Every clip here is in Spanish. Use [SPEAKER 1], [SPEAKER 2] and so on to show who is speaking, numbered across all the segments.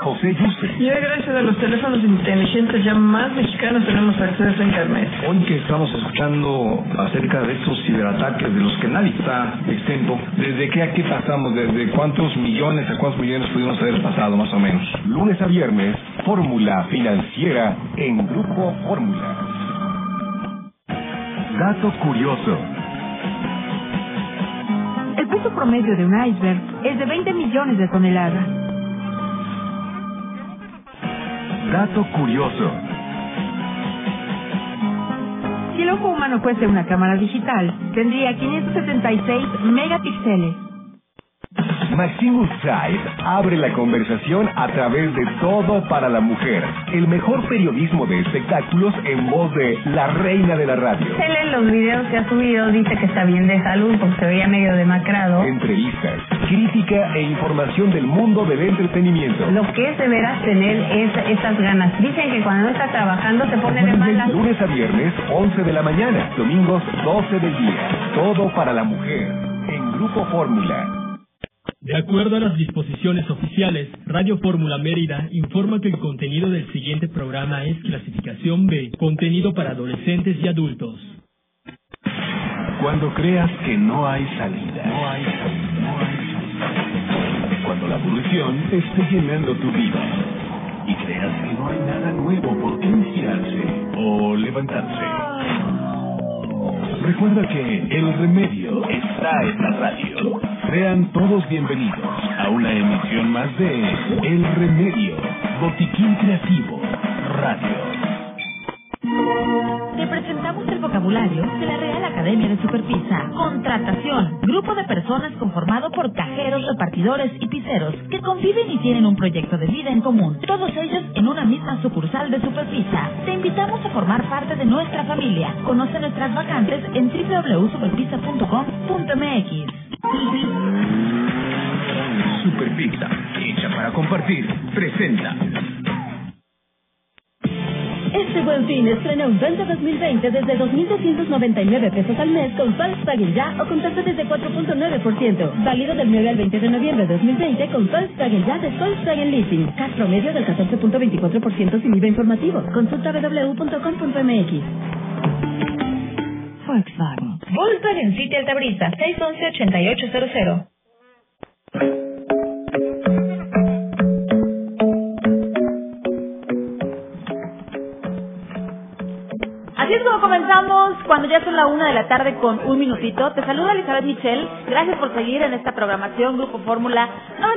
[SPEAKER 1] José Yuse.
[SPEAKER 2] Y hoy, gracias a los teléfonos inteligentes, ya más mexicanos tenemos acceso a Internet.
[SPEAKER 3] Hoy que estamos escuchando acerca de estos ciberataques de los que nadie está exento, ¿desde qué a qué pasamos? ¿Desde cuántos millones a cuántos millones pudimos haber pasado, más o menos?
[SPEAKER 1] Lunes a viernes, Fórmula Financiera en Grupo Fórmula. Dato curioso.
[SPEAKER 4] El peso promedio de un iceberg es de 20 millones de toneladas.
[SPEAKER 1] Dato curioso.
[SPEAKER 4] Si el ojo humano fuese una cámara digital, tendría 576 megapíxeles.
[SPEAKER 1] Maximus Drive abre la conversación a través de Todo para la Mujer, el mejor periodismo de espectáculos en voz de la reina de la radio.
[SPEAKER 5] Él en los videos que ha subido dice que está bien de salud porque se veía medio demacrado.
[SPEAKER 1] Entrevistas, crítica e información del mundo del entretenimiento.
[SPEAKER 5] Lo que es de veras tener esas ganas. Dicen que cuando no está trabajando se pone de malas.
[SPEAKER 1] Lunes a viernes, 11 de la mañana, domingos 12 del día. Todo para la Mujer en Grupo Fórmula.
[SPEAKER 6] De acuerdo a las disposiciones oficiales, Radio Fórmula Mérida informa que el contenido del siguiente programa es clasificación B, contenido para adolescentes y adultos.
[SPEAKER 1] Cuando creas que no hay salida, cuando la aburrición esté llenando tu vida y creas que no hay nada nuevo por qué inspirarse o levantarse. Recuerda que el remedio está en la radio. Sean todos bienvenidos a una emisión más de El Remedio, Botiquín Creativo Radio.
[SPEAKER 7] Te presentamos el vocabulario de la Real Academia de Superpizza. Contratación. Grupo de personas conformado por cajeros, repartidores y pizzeros que conviven y tienen un proyecto de vida en común. Todos ellos en una misma sucursal de Superpizza. Te invitamos a formar parte de nuestra familia. Conoce nuestras vacantes en www.superpizza.com.mx.
[SPEAKER 1] Superpizza, hecha para compartir, presenta.
[SPEAKER 8] Este Buen Fin estrena un Venta 2020 desde 2,299 pesos al mes con Volkswagen Ya o con tasa desde 4.9%. Válido del 9 al 20 de noviembre de 2020 con Volkswagen Ya de Volkswagen Leasing. CAT promedio del 14.24% sin IVA informativo. Consulta www.com.mx.
[SPEAKER 7] Volkswagen. Volkswagen City Altabrisa, 611-8800.
[SPEAKER 9] Así es como comenzamos cuando ya son la 1 de la tarde con un minutito. Te saluda Elizabeth Michel. Gracias por seguir en esta programación Grupo Fórmula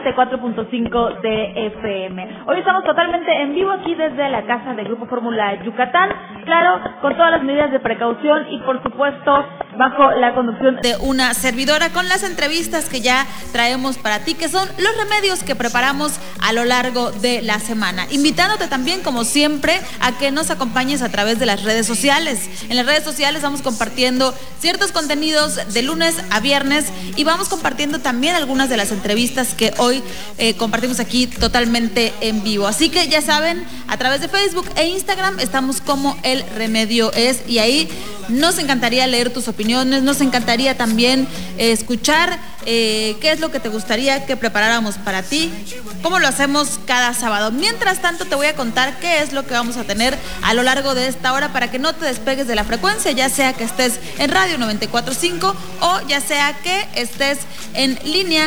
[SPEAKER 9] 94.5 de FM. Hoy estamos totalmente en vivo aquí desde la casa de Grupo Fórmula Yucatán. Claro, con todas las medidas de precaución y por supuesto bajo la conducción
[SPEAKER 10] de una servidora con las entrevistas que ya traemos para ti, que son los remedios que preparamos a lo largo de la semana. Invitándote también, como siempre, a que nos acompañes a través de las redes sociales. En las redes sociales vamos compartiendo ciertos contenidos de lunes a viernes y vamos compartiendo también algunas de las entrevistas que hoy compartimos aquí totalmente en vivo. Así que ya saben, a través de Facebook e Instagram estamos como El Remedio Es, y ahí nos encantaría leer tus opiniones, nos encantaría también escuchar qué es lo que te gustaría que preparáramos para ti, cómo lo hacemos cada sábado. Mientras tanto, te voy a contar qué es lo que vamos a tener a lo largo de esta hora para que no te despegues de la frecuencia, ya sea que estés en Radio 94.5 o ya sea que estés en línea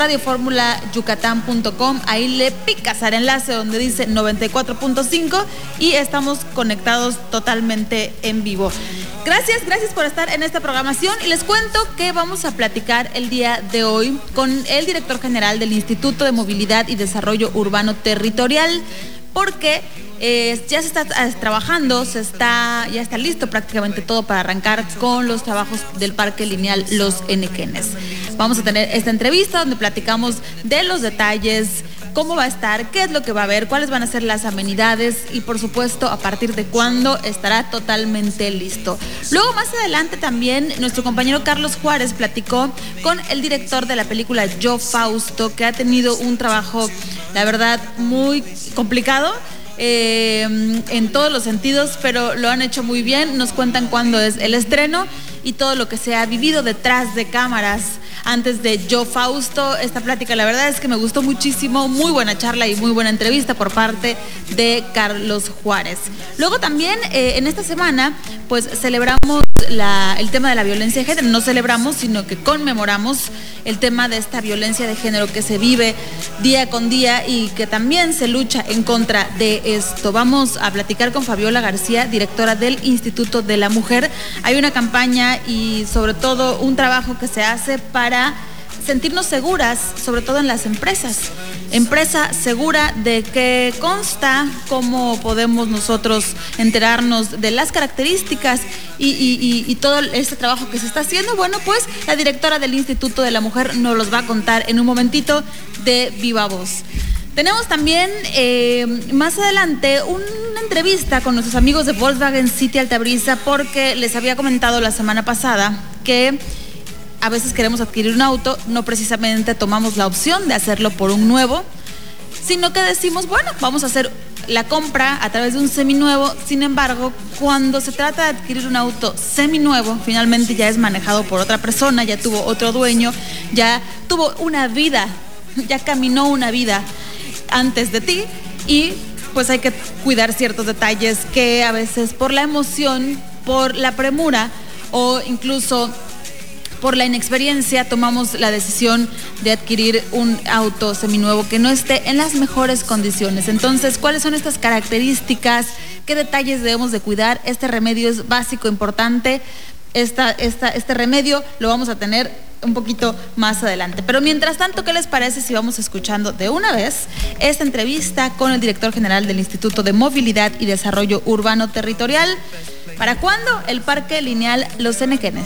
[SPEAKER 10] radioformulayucatán.com. Ahí le picas al enlace donde dice 94.5 y estamos conectados totalmente en vivo. Gracias por estar en esta programación y les cuento que vamos a platicar el día de hoy con el director general del Instituto de Movilidad y Desarrollo Urbano Territorial, porque ya se está trabajando, ya está listo prácticamente todo para arrancar con los trabajos del Parque Lineal Los Enequenes. Vamos a tener esta entrevista donde platicamos de los detalles, cómo va a estar, qué es lo que va a haber, cuáles van a ser las amenidades y por supuesto a partir de cuándo estará totalmente listo. Luego más adelante también nuestro compañero Carlos Juárez platicó con el director de la película Yo Fausto, que ha tenido un trabajo, la verdad, muy complicado en todos los sentidos, pero lo han hecho muy bien. Nos cuentan cuándo es el estreno y todo lo que se ha vivido detrás de cámaras antes de Yo Fausto. Esta plática la verdad es que me gustó muchísimo, muy buena charla y muy buena entrevista por parte de Carlos Juárez. Luego también en esta semana pues celebramos el tema de la violencia de género. No celebramos, sino que conmemoramos el tema de esta violencia de género que se vive día con día y que también se lucha en contra de esto. Vamos a platicar con Fabiola García, directora del Instituto de la Mujer. Hay una campaña y sobre todo un trabajo que se hace para sentirnos seguras, sobre todo en las empresas. Empresa segura, de qué consta, cómo podemos nosotros enterarnos de las características y todo este trabajo que se está haciendo. Bueno, pues la directora del Instituto de la Mujer nos los va a contar en un momentito de viva voz. Tenemos también más adelante una entrevista con nuestros amigos de Volkswagen City Altabrisa, porque les había comentado la semana pasada que a veces queremos adquirir un auto, no precisamente tomamos la opción de hacerlo por un nuevo, sino que decimos, bueno, vamos a hacer la compra a través de un seminuevo. Sin embargo, cuando se trata de adquirir un auto seminuevo, finalmente ya es manejado por otra persona, ya tuvo otro dueño, ya tuvo una vida, ya caminó una vida antes de ti, y pues hay que cuidar ciertos detalles que a veces por la emoción, por la premura o incluso por la inexperiencia tomamos la decisión de adquirir un auto seminuevo que no esté en las mejores condiciones. Entonces, ¿cuáles son estas características? ¿Qué detalles debemos de cuidar? Este remedio es básico, importante. Este remedio lo vamos a tener un poquito más adelante. Pero mientras tanto, ¿qué les parece si vamos escuchando de una vez esta entrevista con el director general del Instituto de Movilidad y Desarrollo Urbano Territorial? ¿Para cuándo? El Parque Lineal Los Enequenes.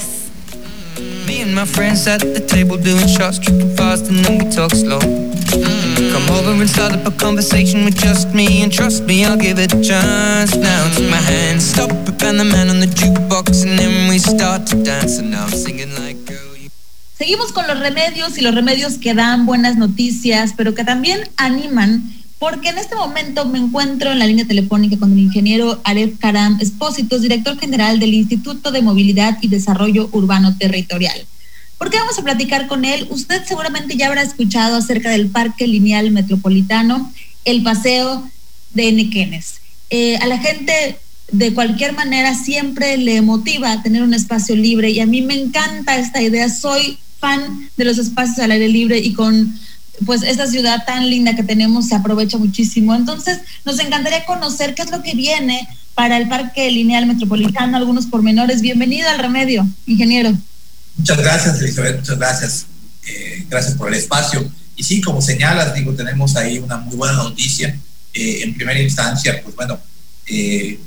[SPEAKER 11] Me and my friends at the table doing shots, tripping fast and then we talk slow. Come over and start up a conversation with just me, and trust me, I'll give it a chance. Now take my hand, stop it, and the man on the jukebox, and then we start to dance, and now I'm singing like girl.
[SPEAKER 10] Seguimos con los remedios, y los remedios que dan buenas noticias, pero que también animan, porque en este momento me encuentro en la línea telefónica con el ingeniero Aref Karam Espósitos, director general del Instituto de Movilidad y Desarrollo Urbano Territorial. ¿Por qué vamos a platicar con él? Usted seguramente ya habrá escuchado acerca del Parque Lineal Metropolitano, el paseo de Enequenes. A la gente de cualquier manera siempre le motiva tener un espacio libre, y a mí me encanta esta idea. Soy fan de los espacios al aire libre, y con pues esta ciudad tan linda que tenemos se aprovecha muchísimo. Entonces nos encantaría conocer qué es lo que viene para el Parque Lineal Metropolitano, algunos pormenores. Bienvenido al Remedio, ingeniero.
[SPEAKER 12] Muchas gracias, Elizabeth, muchas gracias. Gracias por el espacio. Y sí, como señalas, tenemos ahí una muy buena noticia. En primera instancia, pues bueno, en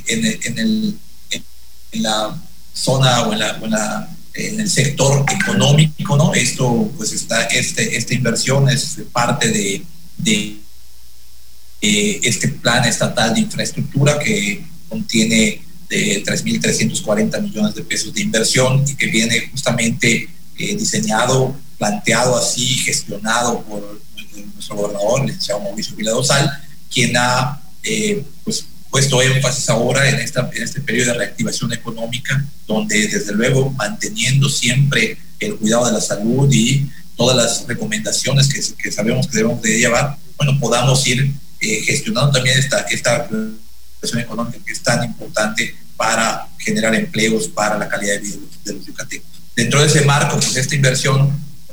[SPEAKER 12] la zona o en el sector económico, ¿no? Esto, pues esta inversión es parte de este plan estatal de infraestructura que contiene de 3.340 millones de pesos de inversión, y que viene justamente diseñado, planteado así, gestionado por nuestro gobernador, el licenciado Mauricio Vila Dosal, quien ha pues puesto énfasis ahora en este periodo de reactivación económica, donde desde luego manteniendo siempre el cuidado de la salud y todas las recomendaciones que sabemos que debemos de llevar, bueno, podamos ir gestionando también esta reactivación económica que es tan importante para generar empleos, para la calidad de vida de los yucatecos. Dentro de ese marco, pues esta inversión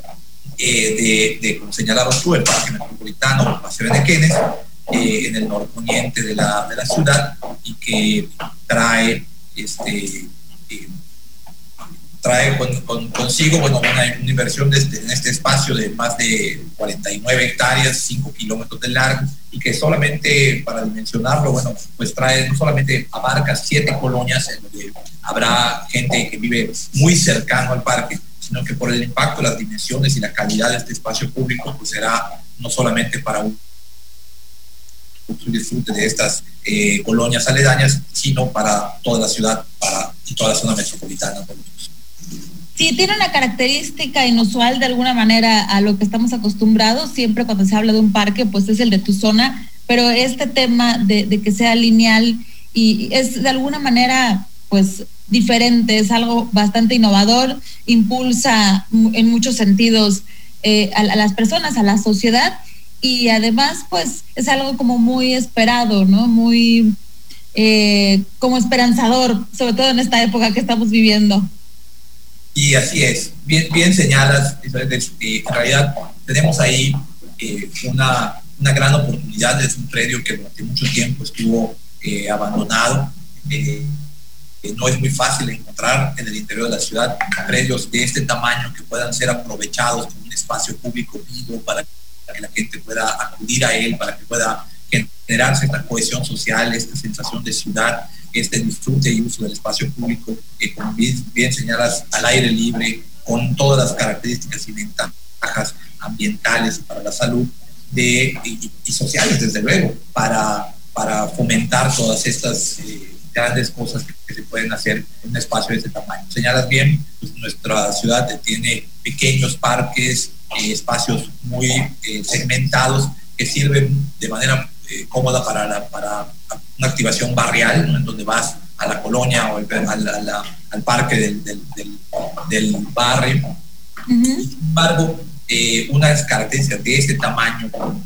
[SPEAKER 12] como señalabas tú, el Parque Metropolitano, el Paseo de Enequenes, en el norponiente de la ciudad, y que trae consigo, bueno, una inversión en este espacio de más de 49 hectáreas, 5 kilómetros de largo, y que solamente, para dimensionarlo, bueno, pues no solamente abarca 7 colonias en donde habrá gente que vive muy cercano al parque, sino que por el impacto, las dimensiones y la calidad de este espacio público, pues será no solamente para un disfrute de estas colonias aledañas, sino para toda la ciudad y toda la zona metropolitana.
[SPEAKER 10] Sí, tiene una característica inusual de alguna manera a lo que estamos acostumbrados. Siempre cuando se habla de un parque, pues es el de tu zona, pero este tema de que sea lineal y es de alguna manera pues diferente, es algo bastante innovador, impulsa en muchos sentidos a las personas, a la sociedad, y además pues es algo como muy esperado, ¿no? Muy como esperanzador, sobre todo en esta época que estamos viviendo.
[SPEAKER 12] Y así es, bien señalas, en realidad tenemos ahí una gran oportunidad. Es un predio que durante mucho tiempo estuvo abandonado. No es muy fácil encontrar en el interior de la ciudad predios de este tamaño que puedan ser aprovechados como un espacio público vivo para que la gente pueda acudir a él, para que pueda generarse esta cohesión social, esta sensación de ciudad, este disfrute y uso del espacio público, como bien señalas, al aire libre, con todas las características y ventajas ambientales y para la salud y sociales, desde luego, para fomentar todas estas grandes cosas que se pueden hacer en un espacio de este tamaño. Señalas bien, pues nuestra ciudad tiene pequeños parques, espacios muy segmentados que sirven de manera cómoda para una activación barrial, ¿no? En donde vas a la colonia o al parque del barrio. Uh-huh. Sin embargo, unas características de este tamaño con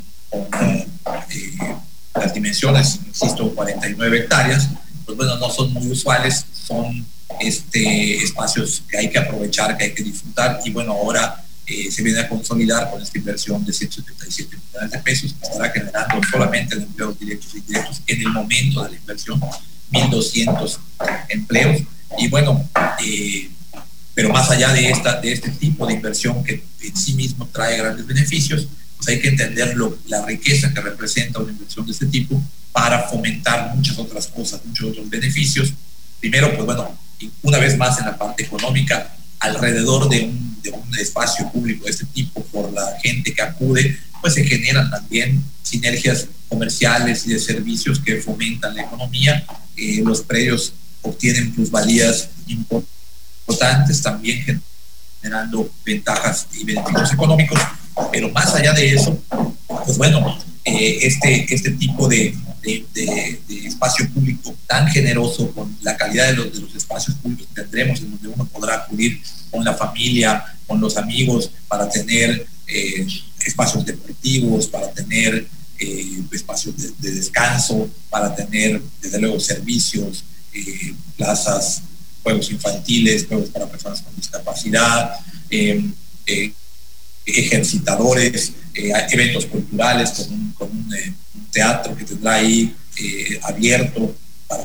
[SPEAKER 12] las dimensiones, insisto, 49 hectáreas, pues bueno, no son muy usuales, son espacios que hay que aprovechar, que hay que disfrutar, y bueno, ahora se viene a consolidar con esta inversión de 177 millones de pesos, que estará generando solamente en empleos directos e indirectos en el momento de la inversión 1.200 empleos. Y bueno, pero más allá de este tipo de inversión que en sí mismo trae grandes beneficios, pues hay que entender la riqueza que representa una inversión de este tipo para fomentar muchas otras cosas, muchos otros beneficios. Primero, pues bueno, una vez más en la parte económica, alrededor de un espacio público de este tipo, por la gente que acude, pues se generan también sinergias comerciales y de servicios que fomentan la economía. Los predios obtienen plusvalías importantes, también generando ventajas y beneficios económicos, pero más allá de eso, pues bueno, este tipo de espacio público tan generoso, con la calidad de los espacios públicos que tendremos, en donde uno podrá acudir con la familia, con los amigos, para tener espacios deportivos, para tener espacios de descanso, para tener, desde luego, servicios, plazas, juegos infantiles, juegos para personas con discapacidad, ejercitadores, eventos culturales, con un teatro que tendrá ahí abierto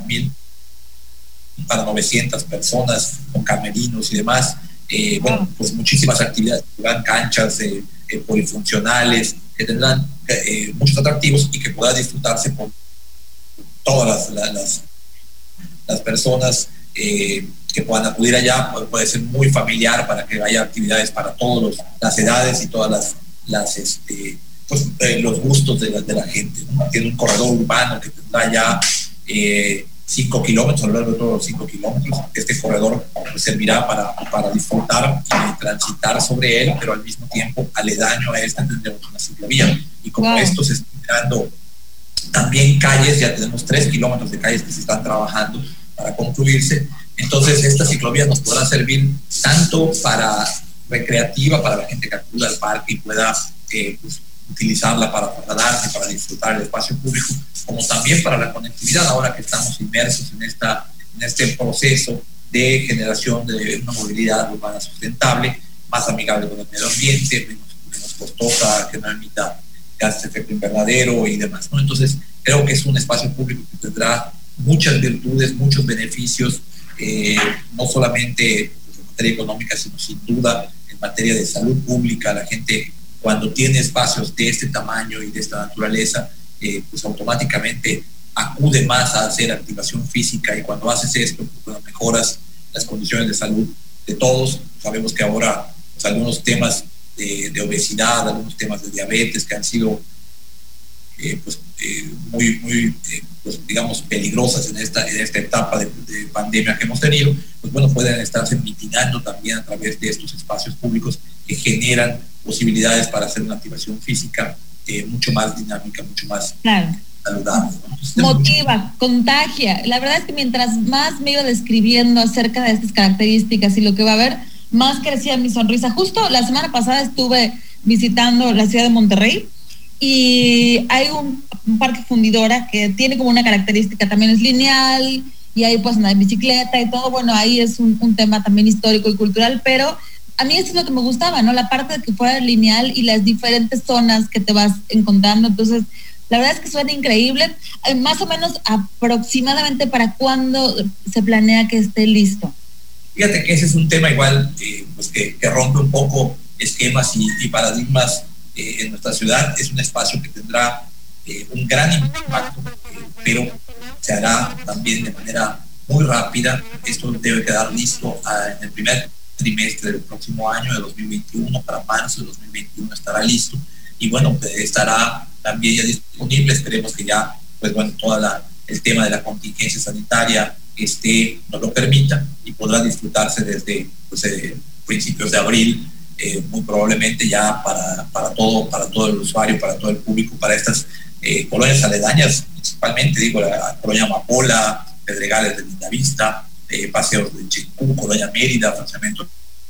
[SPEAKER 12] para 900 personas, con camerinos y demás. Bueno, pues muchísimas actividades, tendrán canchas polifuncionales, que tendrán muchos atractivos y que podrá disfrutarse por todas las personas que puedan acudir allá. Puede ser muy familiar para que haya actividades para todas las edades y todas los gustos de la gente, ¿no? Tiene un corredor urbano que tendrá ya 5 kilómetros, a lo largo de todos los 5 kilómetros. Este corredor pues servirá para disfrutar y transitar sobre él, pero al mismo tiempo, aledaño a tendremos una ciclovía. Y como esto se está creando también calles, ya tenemos 3 kilómetros de calles que se están trabajando para concluirse. Entonces esta ciclovía nos podrá servir tanto para recreativa, para la gente que acuda al parque y pueda utilizarla para trasladarse, para disfrutar el espacio público, como también para la conectividad, ahora que estamos inmersos en este proceso de generación de una movilidad urbana sustentable, más amigable con el medio ambiente, menos costosa, que no emita gases de efecto invernadero y demás, ¿no? Entonces creo que es un espacio público que tendrá muchas virtudes, muchos beneficios, no solamente en materia económica, sino sin duda en materia de salud pública. La gente, cuando tiene espacios de este tamaño y de esta naturaleza, pues automáticamente acude más a hacer activación física, y cuando haces esto, pues, bueno, mejoras las condiciones de salud de todos. Sabemos que ahora pues, algunos temas de obesidad, algunos temas de diabetes que han sido muy digamos, peligrosas en esta etapa de pandemia que hemos tenido, pues bueno, pueden estarse mitigando también a través de estos espacios públicos que generan posibilidades para hacer una activación física mucho más dinámica, mucho más saludable, ¿no?
[SPEAKER 10] motiva, contagia. La verdad es que mientras más me iba describiendo acerca de estas características y lo que va a haber, más crecía mi sonrisa. Justo la semana pasada estuve visitando la ciudad de Monterrey y hay un parque fundidora que tiene como una característica, también es lineal y ahí puedes andar en bicicleta y todo. Bueno, ahí es un tema también histórico y cultural, pero a mí eso es lo que me gustaba, ¿no? La parte de que fuera lineal y las diferentes zonas que te vas encontrando. Entonces, la verdad es que suena increíble. Más o menos aproximadamente ¿para cuándo se planea que esté listo?
[SPEAKER 12] Fíjate que ese es un tema igual pues que rompe un poco esquemas y paradigmas en nuestra ciudad. Es un espacio que tendrá un gran impacto, pero se hará también de manera muy rápida. Esto debe quedar listo en el primer trimestre del próximo año, de 2021, para marzo de 2021 estará listo, y bueno, estará también ya disponible. Esperemos que ya, pues bueno, el tema de la contingencia sanitaria nos lo permita y podrá disfrutarse desde principios de abril, muy probablemente ya para todo el usuario, para todo el público, para estas colonias aledañas, principalmente, digo, la colonia Amapola, Pedregales de Lindavista, Paseos de Chicú, Colonia Mérida, Fraccionamiento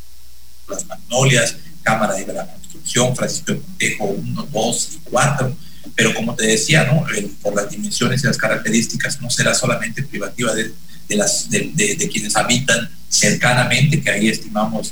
[SPEAKER 12] Las Magnolias, Cámara de la Construcción, Francisco de Montejo 1, 2 y 4. Pero como te decía, ¿no? Por las dimensiones y las características, no será solamente privativa de quienes habitan cercanamente, que ahí estimamos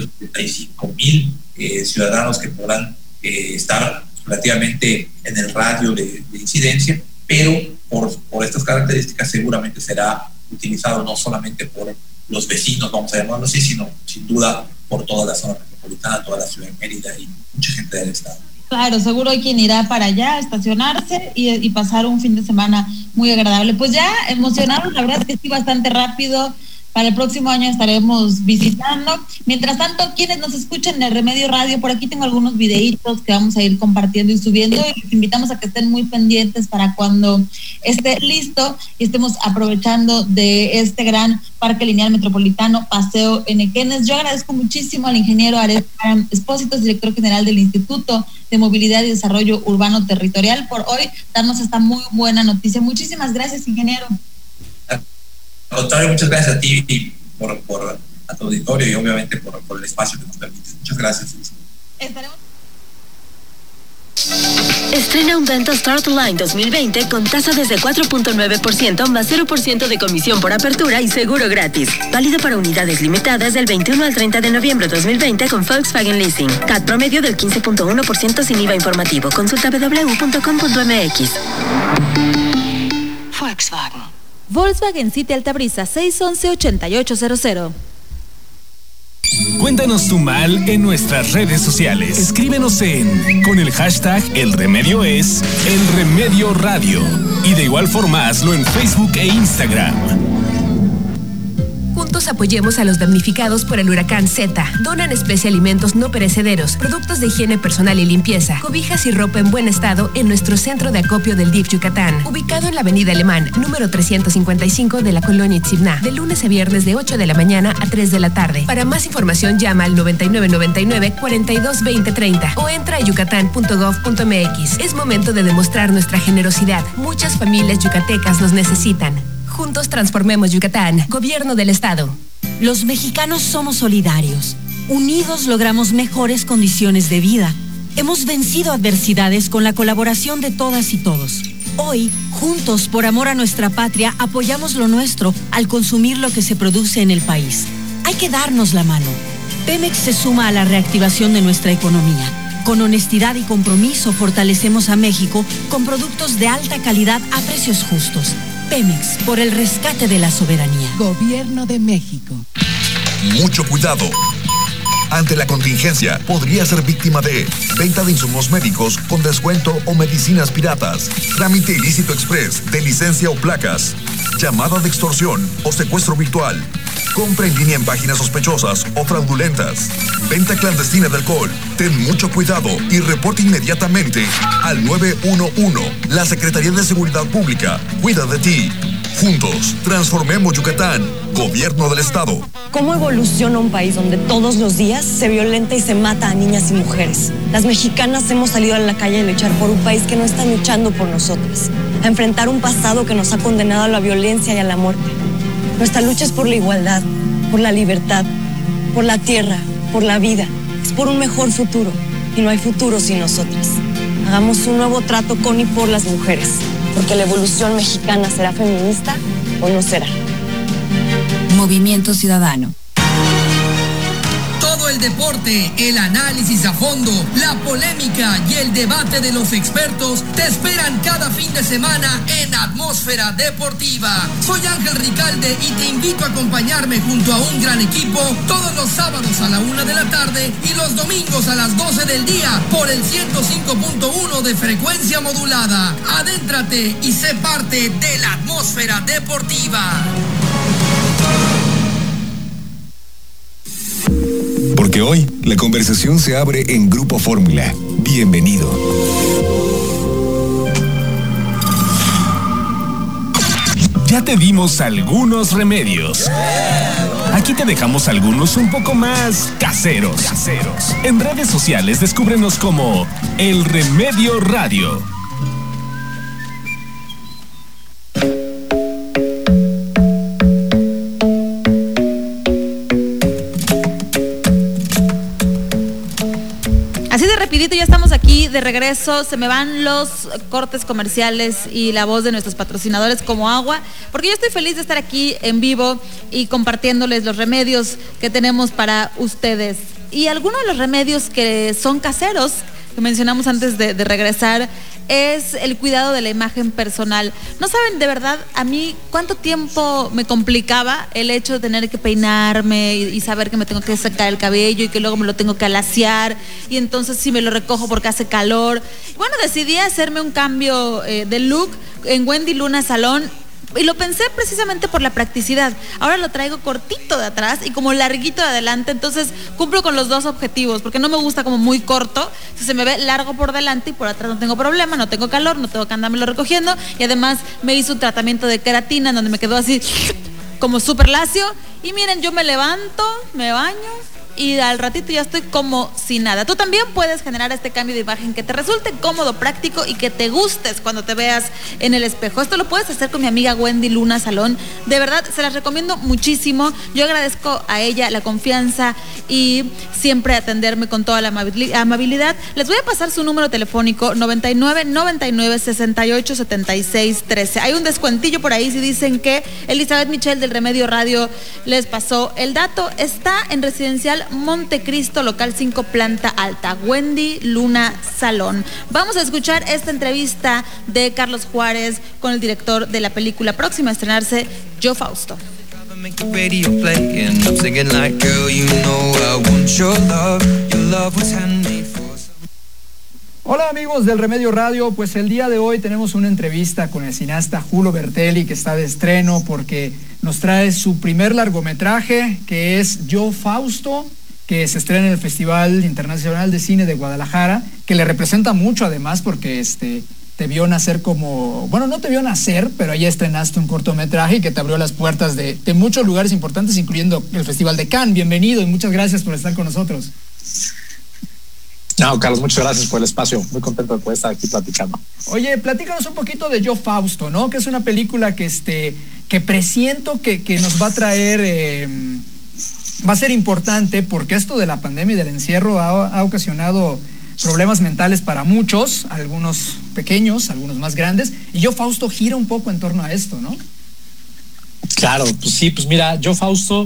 [SPEAKER 12] 175,000 ciudadanos que podrán estar relativamente en el radio de incidencia, pero por estas características seguramente será utilizado no solamente por los vecinos, vamos a llamarlo así, sino sin duda por toda la zona metropolitana, toda la ciudad de Mérida y mucha gente del estado.
[SPEAKER 10] Claro, seguro hay quien irá para allá a estacionarse y pasar un fin de semana muy agradable. Pues ya emocionados, la verdad es que sí, bastante rápido. Para el próximo año estaremos visitando. Mientras tanto, quienes nos escuchan en el Remedio Radio, por aquí tengo algunos videitos que vamos a ir compartiendo y subiendo, y les invitamos a que estén muy pendientes para cuando esté listo y estemos aprovechando de este gran parque lineal metropolitano Paseo Enequenes. Yo agradezco muchísimo al ingeniero Ares Espósitos, director general del Instituto de Movilidad y Desarrollo Urbano Territorial, por hoy darnos esta muy buena noticia. Muchísimas gracias, ingeniero.
[SPEAKER 12] Al contrario, muchas gracias a ti y a tu auditorio y obviamente por el espacio que nos permites. Muchas gracias.
[SPEAKER 13] Estrena un Denta Start Line 2020 con tasa desde 4.9% más 0% de comisión por apertura y seguro gratis. Válido para unidades limitadas del 21 al 30 de noviembre de 2020 con Volkswagen Leasing. CAT promedio del 15.1% sin IVA informativo. Consulta www.com.mx.
[SPEAKER 10] Volkswagen. Volkswagen City Altabrisa 611-8800.
[SPEAKER 1] Cuéntanos tu mal en nuestras redes sociales. Escríbenos con el hashtag El Remedio es El Remedio Radio. Y de igual forma hazlo en Facebook e Instagram.
[SPEAKER 14] Juntos apoyemos a los damnificados por el huracán Zeta. Donan especie alimentos no perecederos, productos de higiene personal y limpieza, cobijas y ropa en buen estado en nuestro centro de acopio del DIF Yucatán, ubicado en la avenida Alemán, número 355 de la colonia Itzibná, de lunes a viernes de 8 de la mañana a 3 de la tarde. Para más información llama al 9999-422030 o entra a yucatán.gov.mx. Es momento de demostrar nuestra generosidad. Muchas familias yucatecas nos necesitan. Juntos transformemos Yucatán. Gobierno del Estado.
[SPEAKER 15] Los mexicanos somos solidarios. Unidos logramos mejores condiciones de vida. Hemos vencido adversidades con la colaboración de todas y todos. Hoy, juntos, por amor a nuestra patria, apoyamos lo nuestro al consumir lo que se produce en el país. Hay que darnos la mano. Pemex se suma a la reactivación de nuestra economía. Con honestidad y compromiso fortalecemos a México con productos de alta calidad a precios justos. Pemex, por el rescate de la soberanía.
[SPEAKER 16] Gobierno de México.
[SPEAKER 17] Mucho cuidado. Ante la contingencia, podría ser víctima de venta de insumos médicos con descuento o medicinas piratas, trámite ilícito express de licencia o placas, llamada de extorsión o secuestro virtual, compra en línea en páginas sospechosas o fraudulentas, venta clandestina de alcohol. Ten mucho cuidado y reporte inmediatamente al 911. La Secretaría de Seguridad Pública cuida de ti. Juntos, transformemos Yucatán. Gobierno del Estado.
[SPEAKER 18] ¿Cómo evoluciona un país donde todos los días se violenta y se mata a niñas y mujeres? Las mexicanas hemos salido a la calle a luchar por un país que no está luchando por nosotras. a enfrentar un pasado que nos ha condenado a la violencia y a la muerte. Nuestra lucha es por la igualdad, por la libertad, por la tierra, por la vida. Es por un mejor futuro. Y no hay futuro sin nosotras. Hagamos un nuevo trato con y por las mujeres, porque la evolución mexicana será feminista o no será.
[SPEAKER 15] Movimiento Ciudadano.
[SPEAKER 19] Todo el deporte, el análisis a fondo, la polémica y el debate de los expertos te esperan cada fin de semana en Atmósfera Deportiva. Soy Ángel Ricalde y te invito a acompañarme junto a un gran equipo todos los sábados a la 1 de la tarde y los domingos a las 12 del día por el 105.1 de frecuencia modulada. Adéntrate y sé parte de la Atmósfera Deportiva.
[SPEAKER 17] Porque hoy la conversación se abre en Grupo Fórmula. Bienvenido.
[SPEAKER 1] Ya te dimos algunos remedios. Aquí te dejamos algunos un poco más caseros. En redes sociales descúbrenos como El Remedio Radio.
[SPEAKER 10] Rapidito, ya estamos aquí de regreso. Se me van los cortes comerciales y la voz de nuestros patrocinadores como agua, porque yo estoy feliz de estar aquí en vivo y compartiéndoles los remedios que tenemos para ustedes. Y algunos de los remedios que son caseros, que mencionamos antes de regresar, es el cuidado de la imagen personal. No saben de verdad a mí cuánto tiempo me complicaba el hecho de tener que peinarme y saber que me tengo que secar el cabello y que luego me lo tengo que alaciar y entonces sí me lo recojo porque hace calor. Bueno, decidí hacerme un cambio de look en Wendy Luna Salón. Y lo pensé precisamente por la practicidad. Ahora lo traigo cortito de atrás y como larguito de adelante, entonces cumplo con los dos objetivos, porque no me gusta como muy corto, se me ve largo por delante y por atrás no tengo problema, no tengo calor, no tengo que andármelo recogiendo, y además me hizo un tratamiento de queratina en donde me quedó así como súper lacio, y miren, yo me levanto, me baño y al ratito ya estoy como si nada. Tú también puedes generar este cambio de imagen que te resulte cómodo, práctico y que te gustes cuando te veas en el espejo. Esto lo puedes hacer con mi amiga Wendy Luna Salón. De verdad, se las recomiendo muchísimo. Yo agradezco a ella la confianza y siempre atenderme con toda la amabilidad. Les voy a pasar su número telefónico, 99 99 68 76 13. Hay un descuentillo por ahí si dicen que Elizabeth Michelle del Remedio Radio les pasó el dato. Está en Residencial Montecristo, local 5, planta alta, Wendy Luna Salón. Vamos a escuchar esta entrevista de Carlos Juárez con el director de la película próxima a estrenarse, Yo Fausto.
[SPEAKER 20] Hola amigos del Remedio Radio, pues el día de hoy tenemos una entrevista con el cineasta Julio Bertelli, que está de estreno porque nos trae su primer largometraje, que es Yo Fausto, que se estrena en el Festival Internacional de Cine de Guadalajara, que le representa mucho además porque te vio nacer como, bueno, no te vio nacer, pero ahí estrenaste un cortometraje que te abrió las puertas de muchos lugares importantes, incluyendo el Festival de Cannes. Bienvenido y muchas gracias por estar con nosotros.
[SPEAKER 21] No, Carlos, muchas gracias por el espacio. Muy contento de poder estar aquí platicando.
[SPEAKER 20] Oye, platícanos un poquito de Yo Fausto, ¿no? Que es una película que presiento que nos va a traer, va a ser importante porque esto de la pandemia y del encierro ha ocasionado problemas mentales para muchos, algunos pequeños, algunos más grandes, y Yo Fausto gira un poco en torno a esto, ¿no?
[SPEAKER 21] Claro, pues sí, pues mira, Yo Fausto,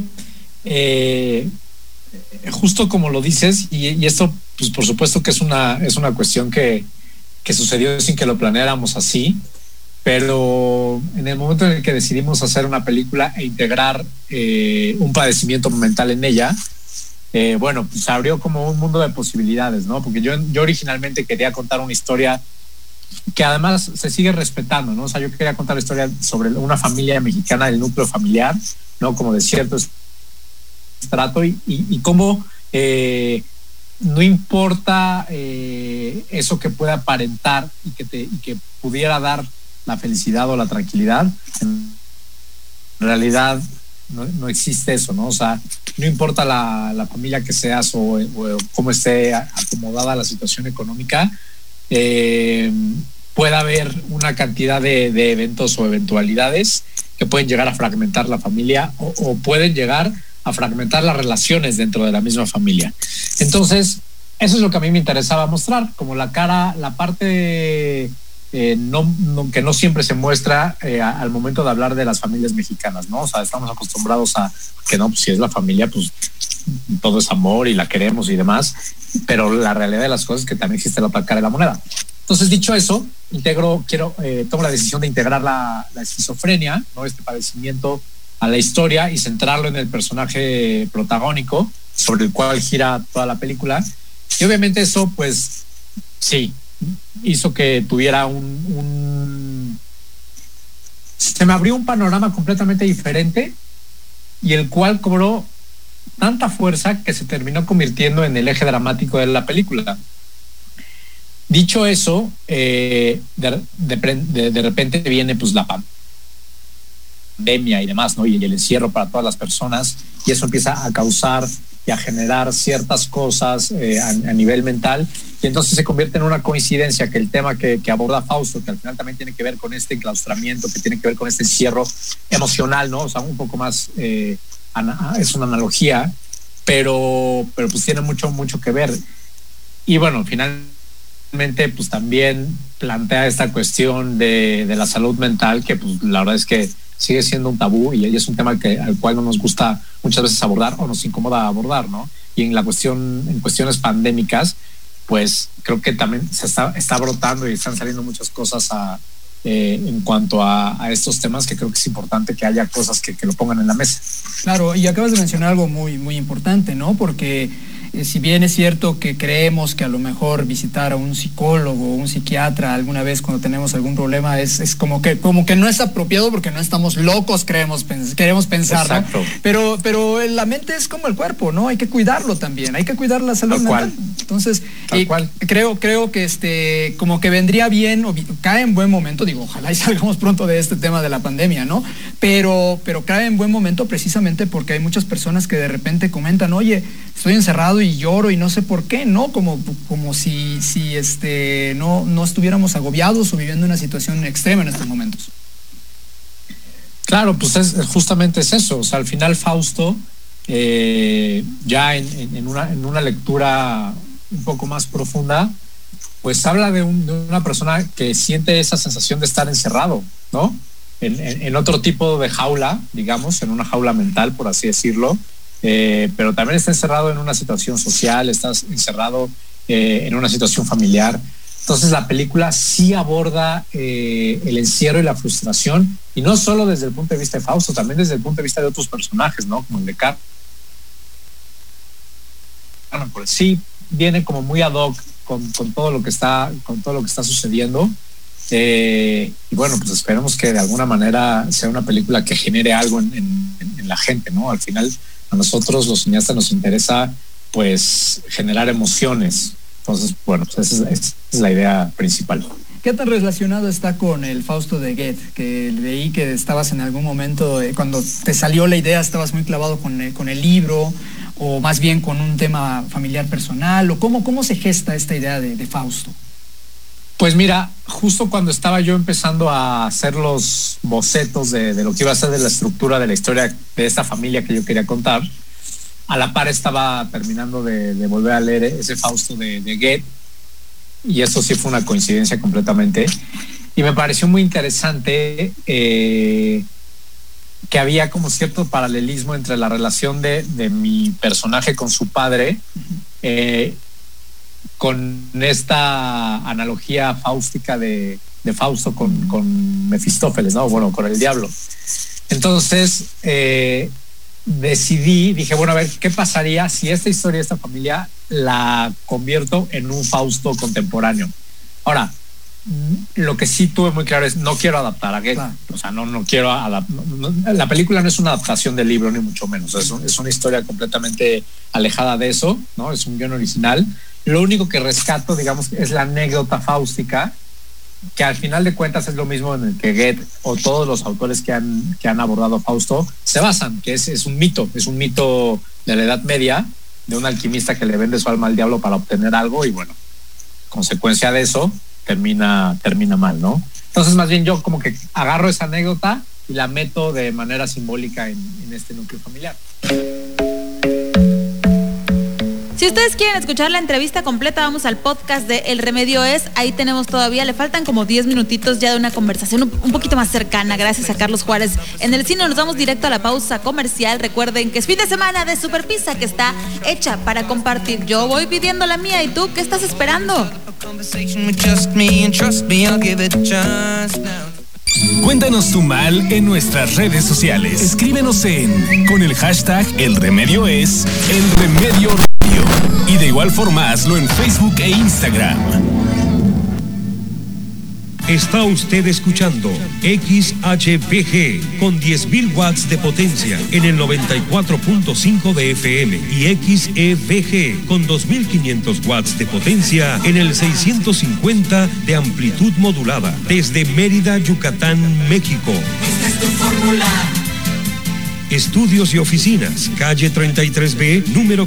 [SPEAKER 21] justo como lo dices, y esto pues por supuesto que es una cuestión que sucedió sin que lo planeáramos así, pero en el momento en el que decidimos hacer una película e integrar un padecimiento mental en ella, bueno, pues abrió como un mundo de posibilidades, ¿no? Porque yo originalmente quería contar una historia que además se sigue respetando, ¿no? O sea, yo quería contar la historia sobre una familia mexicana del núcleo familiar, ¿no? Como de cierto estrato y cómo no importa eso que pueda aparentar y que pudiera dar la felicidad o la tranquilidad, en realidad no existe eso, ¿no? O sea, no importa la familia que seas o cómo esté acomodada la situación económica, pueda haber una cantidad de eventos o eventualidades que pueden llegar a fragmentar la familia o pueden llegar a fragmentar las relaciones dentro de la misma familia. Entonces, eso es lo que a mí me interesaba mostrar, como la parte que no siempre se muestra al momento de hablar de las familias mexicanas, ¿no? O sea, estamos acostumbrados a que no, pues si es la familia, pues todo es amor y la queremos y demás, pero la realidad de las cosas es que también existe la otra cara de la moneda. Entonces, dicho eso, tomo la decisión de integrar la esquizofrenia, ¿no? Este padecimiento a la historia y centrarlo en el personaje protagónico sobre el cual gira toda la película. Y obviamente eso, pues, sí, hizo que tuviera se me abrió un panorama completamente diferente y el cual cobró tanta fuerza que se terminó convirtiendo en el eje dramático de la película. Dicho eso, de repente viene pues la pandemia y demás, ¿no? Y el encierro para todas las personas, y eso empieza a causar y a generar ciertas cosas a nivel mental, y entonces se convierte en una coincidencia que el tema que aborda Fausto, que al final también tiene que ver con este enclaustramiento, que tiene que ver con este encierro emocional, ¿no? O sea, un poco más es una analogía, pero pues tiene mucho que ver. Y bueno, finalmente pues también plantea esta cuestión de la salud mental, que pues la verdad es que sigue siendo un tabú y es un tema al cual no nos gusta muchas veces abordar o nos incomoda abordar, ¿no? Y en cuestiones pandémicas, pues creo que también se está brotando y están saliendo muchas cosas en cuanto a estos temas, que creo que es importante que haya cosas que lo pongan en la mesa.
[SPEAKER 20] Claro, y acabas de mencionar algo muy, muy importante, ¿no? Porque si bien es cierto que creemos que a lo mejor visitar a un psicólogo o un psiquiatra alguna vez cuando tenemos algún problema es como que no es apropiado porque no estamos locos, queremos pensar, ¿no? Pero la mente es como el cuerpo, ¿no? Hay que cuidarlo también, hay que cuidar la salud mental. Entonces, creo que como que vendría bien, cae en buen momento, digo, ojalá y salgamos pronto de este tema de la pandemia, ¿no? Pero cae en buen momento precisamente porque hay muchas personas que de repente comentan, oye, estoy encerrado y lloro y no sé por qué, ¿no? Como si no estuviéramos agobiados o viviendo una situación extrema en estos momentos.
[SPEAKER 21] Claro, pues justamente es eso. O sea, al final Fausto, ya en una lectura un poco más profunda, pues habla de una persona que siente esa sensación de estar encerrado, ¿no? En otro tipo de jaula, digamos, en una jaula mental, por así decirlo. Pero también está encerrado en una situación social, estás encerrado en una situación familiar. Entonces la película sí aborda el encierro y la frustración, y no solo desde el punto de vista de Fausto, también desde el punto de vista de otros personajes, ¿no? Como el de Carmen. Pues sí viene como muy ad hoc con todo lo que está sucediendo. Y bueno, pues esperemos que de alguna manera sea una película que genere algo en la gente, ¿no? Al final, a nosotros los cineastas nos interesa pues generar emociones. Entonces, bueno, pues esa es la idea principal.
[SPEAKER 20] ¿Qué tan relacionado está con el Fausto de Goethe? Que leí que estabas en algún momento, cuando te salió la idea, estabas muy clavado con el libro, o más bien con un tema familiar personal, o cómo se gesta esta idea de Fausto.
[SPEAKER 21] Pues mira, justo cuando estaba yo empezando a hacer los bocetos de lo que iba a ser de la estructura de la historia de esta familia que yo quería contar, a la par estaba terminando de volver a leer ese Fausto de Goethe, y eso sí fue una coincidencia completamente, y me pareció muy interesante que había como cierto paralelismo entre la relación de mi personaje con su padre, con esta analogía fáustica de Fausto con Mefistófeles, ¿no? Bueno, con el diablo. Entonces dije, bueno, a ver, ¿qué pasaría si esta historia de esta familia la convierto en un Fausto contemporáneo? Ahora, lo que sí tuve muy claro es, no quiero adaptar a Goethe. Claro. O sea, no quiero la película no es una adaptación del libro, ni mucho menos. Es una historia completamente alejada de eso, ¿no? Es un guión original. Lo único que rescato, digamos, es la anécdota fáustica, que al final de cuentas es lo mismo en el que Goethe o todos los autores que han abordado a Fausto se basan, que es un mito de la Edad Media, de un alquimista que le vende su alma al diablo para obtener algo, y bueno, consecuencia de eso, termina mal, ¿no? Entonces, más bien yo como que agarro esa anécdota y la meto de manera simbólica en este núcleo familiar.
[SPEAKER 10] Si ustedes quieren escuchar la entrevista completa, vamos al podcast de El Remedio Es. Ahí tenemos todavía, le faltan como 10 minutitos ya de una conversación un poquito más cercana, gracias a Carlos Juárez. En el cine nos vamos directo a la pausa comercial. Recuerden que es fin de semana de Super Pizza, que está hecha para compartir. Yo voy pidiendo la mía, ¿y tú qué estás esperando?
[SPEAKER 1] Cuéntanos tu mal en nuestras redes sociales. Escríbenos con el hashtag El Remedio Es, El Remedio Radio. Y de igual forma hazlo en Facebook e Instagram.
[SPEAKER 2] Está usted escuchando XHPG con 10.000 watts de potencia en el 94.5 de FM y XEVG con 2.500 watts de potencia en el 650 de amplitud modulada desde Mérida, Yucatán, México.
[SPEAKER 22] Esta es tu fórmula.
[SPEAKER 2] Estudios y oficinas, calle 33B, número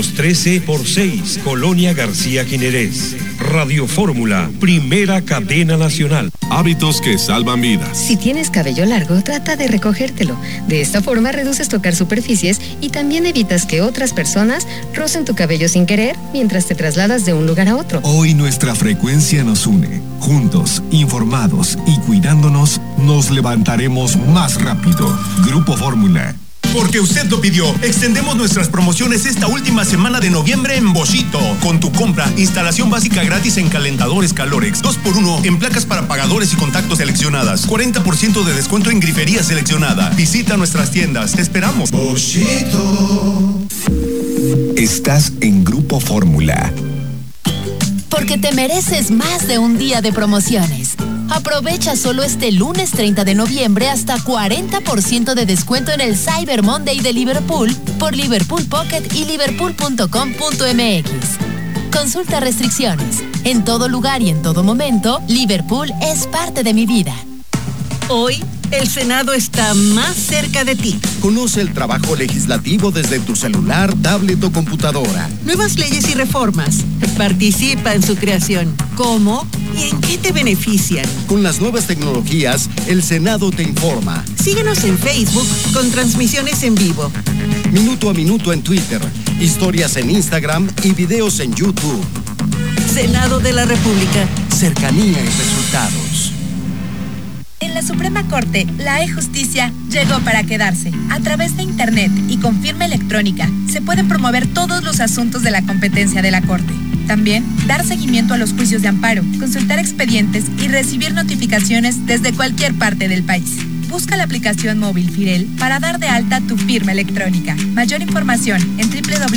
[SPEAKER 2] 513/6, Colonia García Jiménez. Radio Fórmula, primera cadena nacional.
[SPEAKER 23] Hábitos que salvan vidas.
[SPEAKER 24] Si tienes cabello largo, trata de recogértelo. De esta forma reduces tocar superficies y también evitas que otras personas rocen tu cabello sin querer mientras te trasladas de un lugar a otro.
[SPEAKER 23] Hoy nuestra frecuencia nos une. Juntos, informados y cuidándonos, nos levantaremos más rápido. Grupo Fórmula.
[SPEAKER 25] Porque usted lo pidió, extendemos nuestras promociones esta última semana de noviembre en Boschito. Con tu compra, instalación básica gratis en calentadores Calorex, 2x1 en placas para apagadores y contactos seleccionadas, 40% de descuento en grifería seleccionada. Visita nuestras tiendas, te esperamos. Boschito.
[SPEAKER 17] Estás en Grupo Fórmula.
[SPEAKER 26] Porque te mereces más de un día de promociones. Aprovecha solo este lunes 30 de noviembre hasta 40% de descuento en el Cyber Monday de Liverpool por Liverpool Pocket y liverpool.com.mx. Consulta restricciones. En todo lugar y en todo momento, Liverpool es parte de mi vida.
[SPEAKER 27] Hoy, el Senado está más cerca de ti.
[SPEAKER 28] Conoce el trabajo legislativo desde tu celular, tablet o computadora.
[SPEAKER 27] Nuevas leyes y reformas. Participa en su creación. ¿Cómo y en qué te benefician?
[SPEAKER 28] Con las nuevas tecnologías, el Senado te informa.
[SPEAKER 27] Síguenos en Facebook con transmisiones en vivo.
[SPEAKER 28] Minuto a minuto en Twitter, historias en Instagram y videos en YouTube.
[SPEAKER 27] Senado de la República.
[SPEAKER 28] Cercanía y resultados.
[SPEAKER 29] En la Suprema Corte, la e-Justicia llegó para quedarse. A través de Internet y con firma electrónica, se pueden promover todos los asuntos de la competencia de la Corte. También, dar seguimiento a los juicios de amparo, consultar expedientes y recibir notificaciones desde cualquier parte del país. Busca la aplicación móvil Firel para dar de alta tu firma electrónica. Mayor información en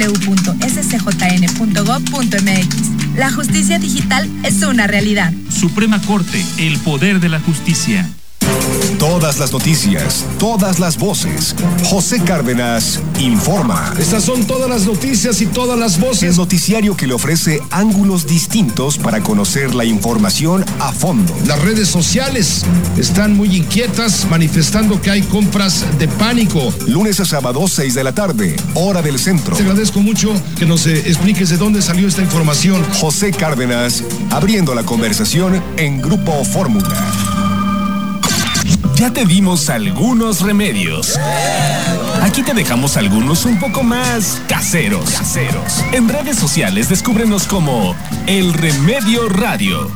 [SPEAKER 29] www.scjn.gov.mx. La justicia digital es una realidad.
[SPEAKER 30] Suprema Corte, el poder de la justicia.
[SPEAKER 17] Todas las noticias, todas las voces. José Cárdenas informa.
[SPEAKER 31] Estas son todas las noticias y todas las voces.
[SPEAKER 17] El noticiario que le ofrece ángulos distintos para conocer la información a fondo.
[SPEAKER 31] Las redes sociales están muy inquietas, manifestando que hay compras de pánico.
[SPEAKER 17] Lunes a sábado, 6 de la tarde, hora del centro.
[SPEAKER 31] Te agradezco mucho que nos expliques de dónde salió esta información.
[SPEAKER 17] José Cárdenas, abriendo la conversación en Grupo Fórmula.
[SPEAKER 1] Ya te dimos algunos remedios. Aquí te dejamos algunos un poco más caseros. En redes sociales descúbrenos como El Remedio Radio.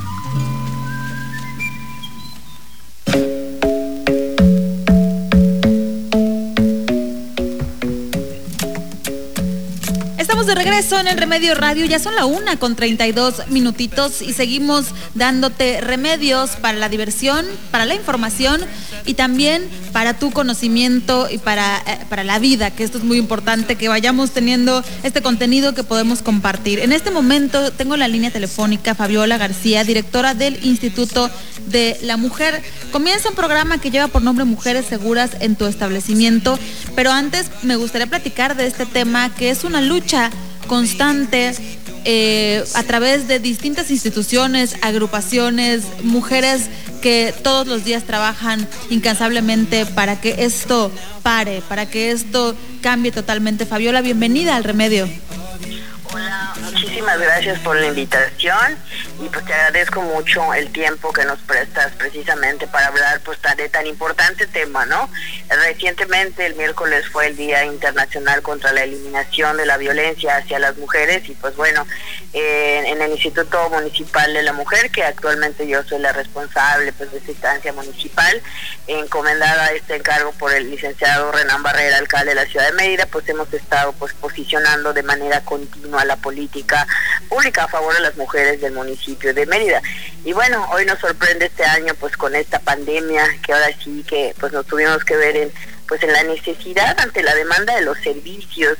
[SPEAKER 10] De regreso en el Remedio Radio, ya son la 1:32 y seguimos dándote remedios para la diversión, para la información y también para tu conocimiento y para la vida, que esto es muy importante, que vayamos teniendo este contenido que podemos compartir. En este momento tengo la línea telefónica Fabiola García, directora del Instituto de la Mujer. Comienza un programa que lleva por nombre Mujeres Seguras en tu establecimiento, pero antes me gustaría platicar de este tema que es una lucha constante a través de distintas instituciones, agrupaciones, mujeres que todos los días trabajan incansablemente para que esto pare, para que esto cambie totalmente. Fabiola, bienvenida al Remedio.
[SPEAKER 32] Hola, muchísimas
[SPEAKER 3] muchísimas gracias por la invitación y pues te agradezco mucho el tiempo que nos prestas precisamente para hablar pues de tan importante tema, ¿no? Recientemente el miércoles fue el Día Internacional contra la Eliminación de la Violencia hacia las Mujeres y pues bueno, en el Instituto Municipal de la Mujer, que actualmente yo soy la responsable pues de esta instancia municipal, encomendada a este encargo por el licenciado Renán Barrera, alcalde de la ciudad de Mérida, pues hemos estado pues posicionando de manera continua la política pública a favor de las mujeres del municipio de Mérida. Y bueno, hoy nos sorprende este año pues con esta pandemia, que ahora sí que pues nos tuvimos que ver en la necesidad ante la demanda de los servicios,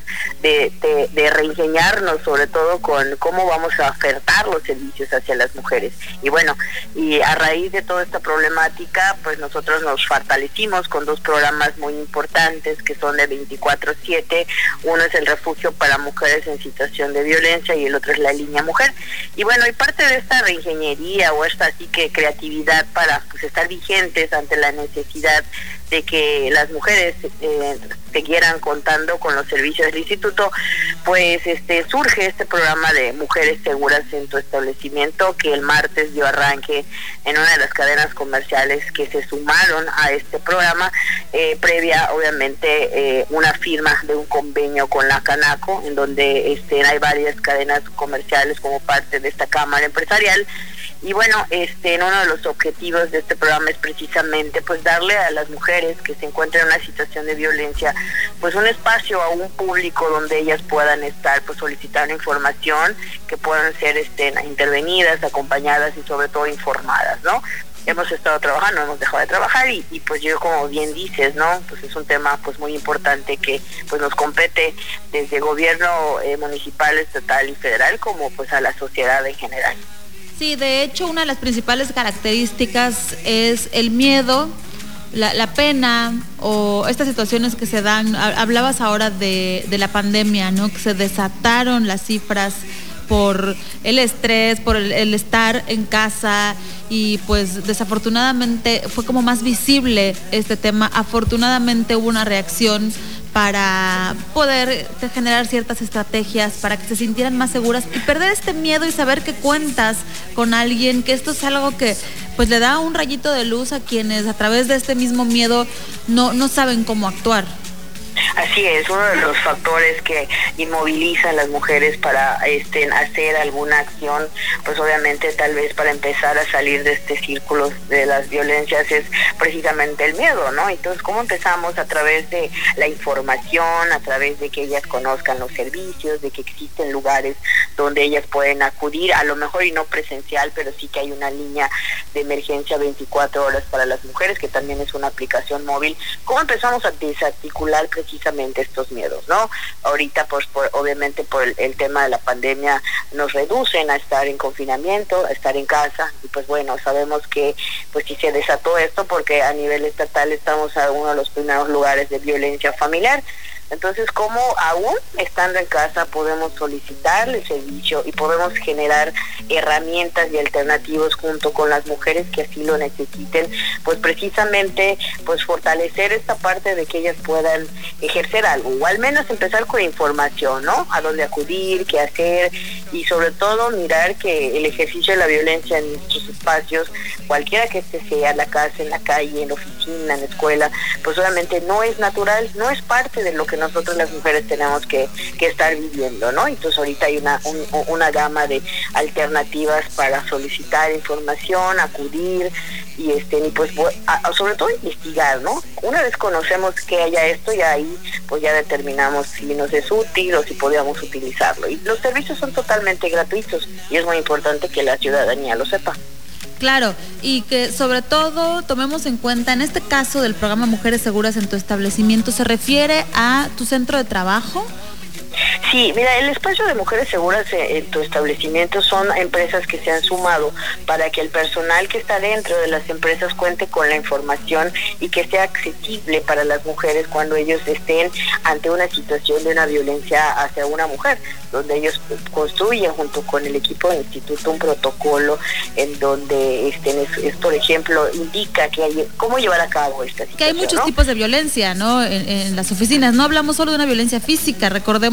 [SPEAKER 3] de reingeniarnos sobre todo con cómo vamos a ofertar los servicios hacia las mujeres. Y bueno, y a raíz de toda esta problemática, pues nosotros nos fortalecimos con dos programas muy importantes que son de 24/7. Uno es el refugio para mujeres en situación de violencia y el otro es la línea mujer. Y bueno, y parte de esta reingeniería o esta así que creatividad para pues estar vigentes ante la necesidad de que las mujeres siguieran contando con los servicios del instituto, pues surge este programa de Mujeres Seguras en tu Establecimiento, que el martes dio arranque en una de las cadenas comerciales que se sumaron a este programa, previa obviamente una firma de un convenio con la Canaco, en donde hay varias cadenas comerciales como parte de esta cámara empresarial. Y bueno, uno de los objetivos de este programa es precisamente pues darle a las mujeres que se encuentran en una situación de violencia pues un espacio a un público donde ellas puedan estar pues solicitando información, que puedan ser intervenidas, acompañadas y sobre todo informadas, ¿no? Hemos estado trabajando, hemos dejado de trabajar y pues yo, como bien dices, ¿no? Pues es un tema pues muy importante que pues nos compete desde gobierno municipal, estatal y federal, como pues a la sociedad en general.
[SPEAKER 10] Sí, de hecho, una de las principales características es el miedo, la pena o estas situaciones que se dan. Hablabas ahora de la pandemia, ¿no? Que se desataron las cifras por el estrés, por el estar en casa y pues desafortunadamente fue como más visible este tema. Afortunadamente hubo una reacción para poder generar ciertas estrategias para que se sintieran más seguras y perder este miedo y saber que cuentas con alguien, que esto es algo que pues le da un rayito de luz a quienes a través de este mismo miedo no saben cómo actuar.
[SPEAKER 3] Así es, uno de los factores que inmoviliza a las mujeres para hacer alguna acción, pues obviamente tal vez para empezar a salir de este círculo de las violencias es precisamente el miedo, ¿no? Entonces, ¿cómo empezamos? A través de la información, a través de que ellas conozcan los servicios, de que existen lugares donde ellas pueden acudir, a lo mejor y no presencial, pero sí que hay una línea de emergencia 24 horas para las mujeres, que también es una aplicación móvil. ¿Cómo empezamos a desarticular precisamente estos miedos, ¿no? Ahorita, pues, obviamente por el tema de la pandemia nos reducen a estar en confinamiento, a estar en casa, y pues bueno, sabemos que pues sí se desató esto porque a nivel estatal estamos a uno de los primeros lugares de violencia familiar. Entonces, ¿cómo aún estando en casa podemos solicitar el servicio y podemos generar herramientas y alternativas junto con las mujeres que así lo necesiten? Pues precisamente pues fortalecer esta parte de que ellas puedan ejercer algo, o al menos empezar con información, ¿no? A dónde acudir, qué hacer, y sobre todo mirar que el ejercicio de la violencia en nuestros espacios, cualquiera que sea, en la casa, en la calle, en la oficina, en la escuela, pues obviamente no es natural, no es parte de lo que nosotros las mujeres tenemos que estar viviendo, ¿no? Entonces ahorita hay una gama de alternativas para solicitar información, acudir y pues sobre todo investigar, ¿no? Una vez conocemos que haya esto, ya ahí pues ya determinamos si nos es útil o si podríamos utilizarlo. Y los servicios son totalmente gratuitos y es muy importante que la ciudadanía lo sepa.
[SPEAKER 10] Claro, y que sobre todo tomemos en cuenta, en este caso del programa Mujeres Seguras en tu Establecimiento, ¿se refiere a tu centro de trabajo?
[SPEAKER 3] Sí, mira, el espacio de Mujeres Seguras en tu establecimiento son empresas que se han sumado para que el personal que está dentro de las empresas cuente con la información y que sea accesible para las mujeres cuando ellos estén ante una situación de una violencia hacia una mujer, donde ellos construyen junto con el equipo del instituto un protocolo en donde por ejemplo, indica que hay cómo llevar a cabo esta situación.
[SPEAKER 10] Que hay muchos tipos de violencia, ¿no? En las oficinas no hablamos solo de una violencia física, recordemos que la violencia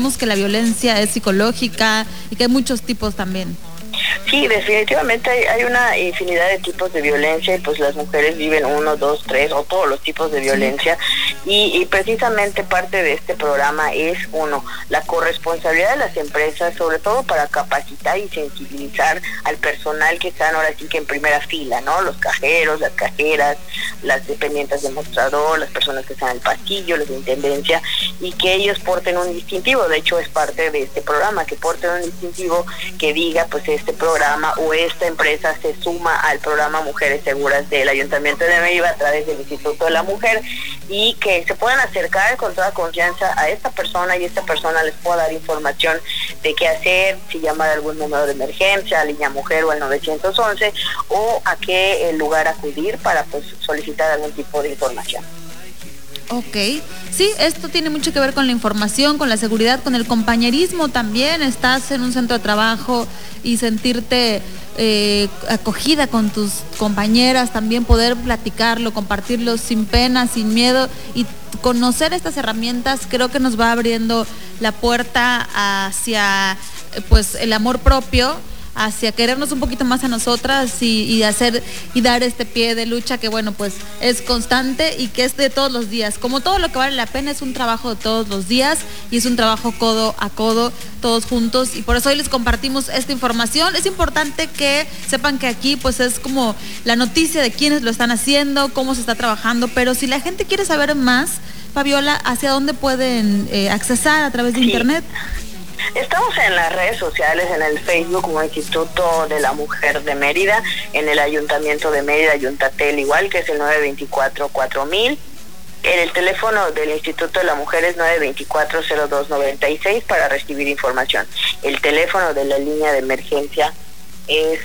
[SPEAKER 10] violencia es psicológica y que hay muchos tipos también.
[SPEAKER 3] Sí, definitivamente hay una infinidad de tipos de violencia y pues las mujeres viven 1, 2, 3 o todos los tipos de violencia y precisamente parte de este programa es la corresponsabilidad de las empresas, sobre todo para capacitar y sensibilizar al personal que están ahora sí que en primera fila, ¿no? Los cajeros, las cajeras, las dependientes de mostrador, las personas que están en el pasillo, los de intendencia, y que ellos porten un distintivo. De hecho es parte de este programa, que porten un distintivo que diga pues este programa o esta empresa se suma al programa Mujeres Seguras del Ayuntamiento de Mérida a través del Instituto de la Mujer, y que se puedan acercar con toda confianza a esta persona y esta persona les pueda dar información de qué hacer, si llamar a algún número de emergencia, a Línea Mujer o al 911, o a qué lugar acudir para pues solicitar algún tipo de información.
[SPEAKER 10] Ok, sí, esto tiene mucho que ver con la información, con la seguridad, con el compañerismo también. Estás en un centro de trabajo y sentirte acogida con tus compañeras, también poder platicarlo, compartirlo sin pena, sin miedo, y conocer estas herramientas creo que nos va abriendo la puerta hacia pues el amor propio, hacia querernos un poquito más a nosotras y hacer y dar este pie de lucha que bueno pues es constante y que es de todos los días. Como todo lo que vale la pena, es un trabajo de todos los días y es un trabajo codo a codo, todos juntos, y por eso hoy les compartimos esta información. Es importante que sepan que aquí pues es como la noticia de quiénes lo están haciendo, cómo se está trabajando, pero si la gente quiere saber más, Fabiola, ¿hacia dónde pueden accesar a través de internet?
[SPEAKER 3] Estamos en las redes sociales, en el Facebook como Instituto de la Mujer de Mérida, en el Ayuntamiento de Mérida, Ayuntatel igual, que es el 924-4000. El teléfono del Instituto de la Mujer es 924-0296 para recibir información. El teléfono de la línea de emergencia es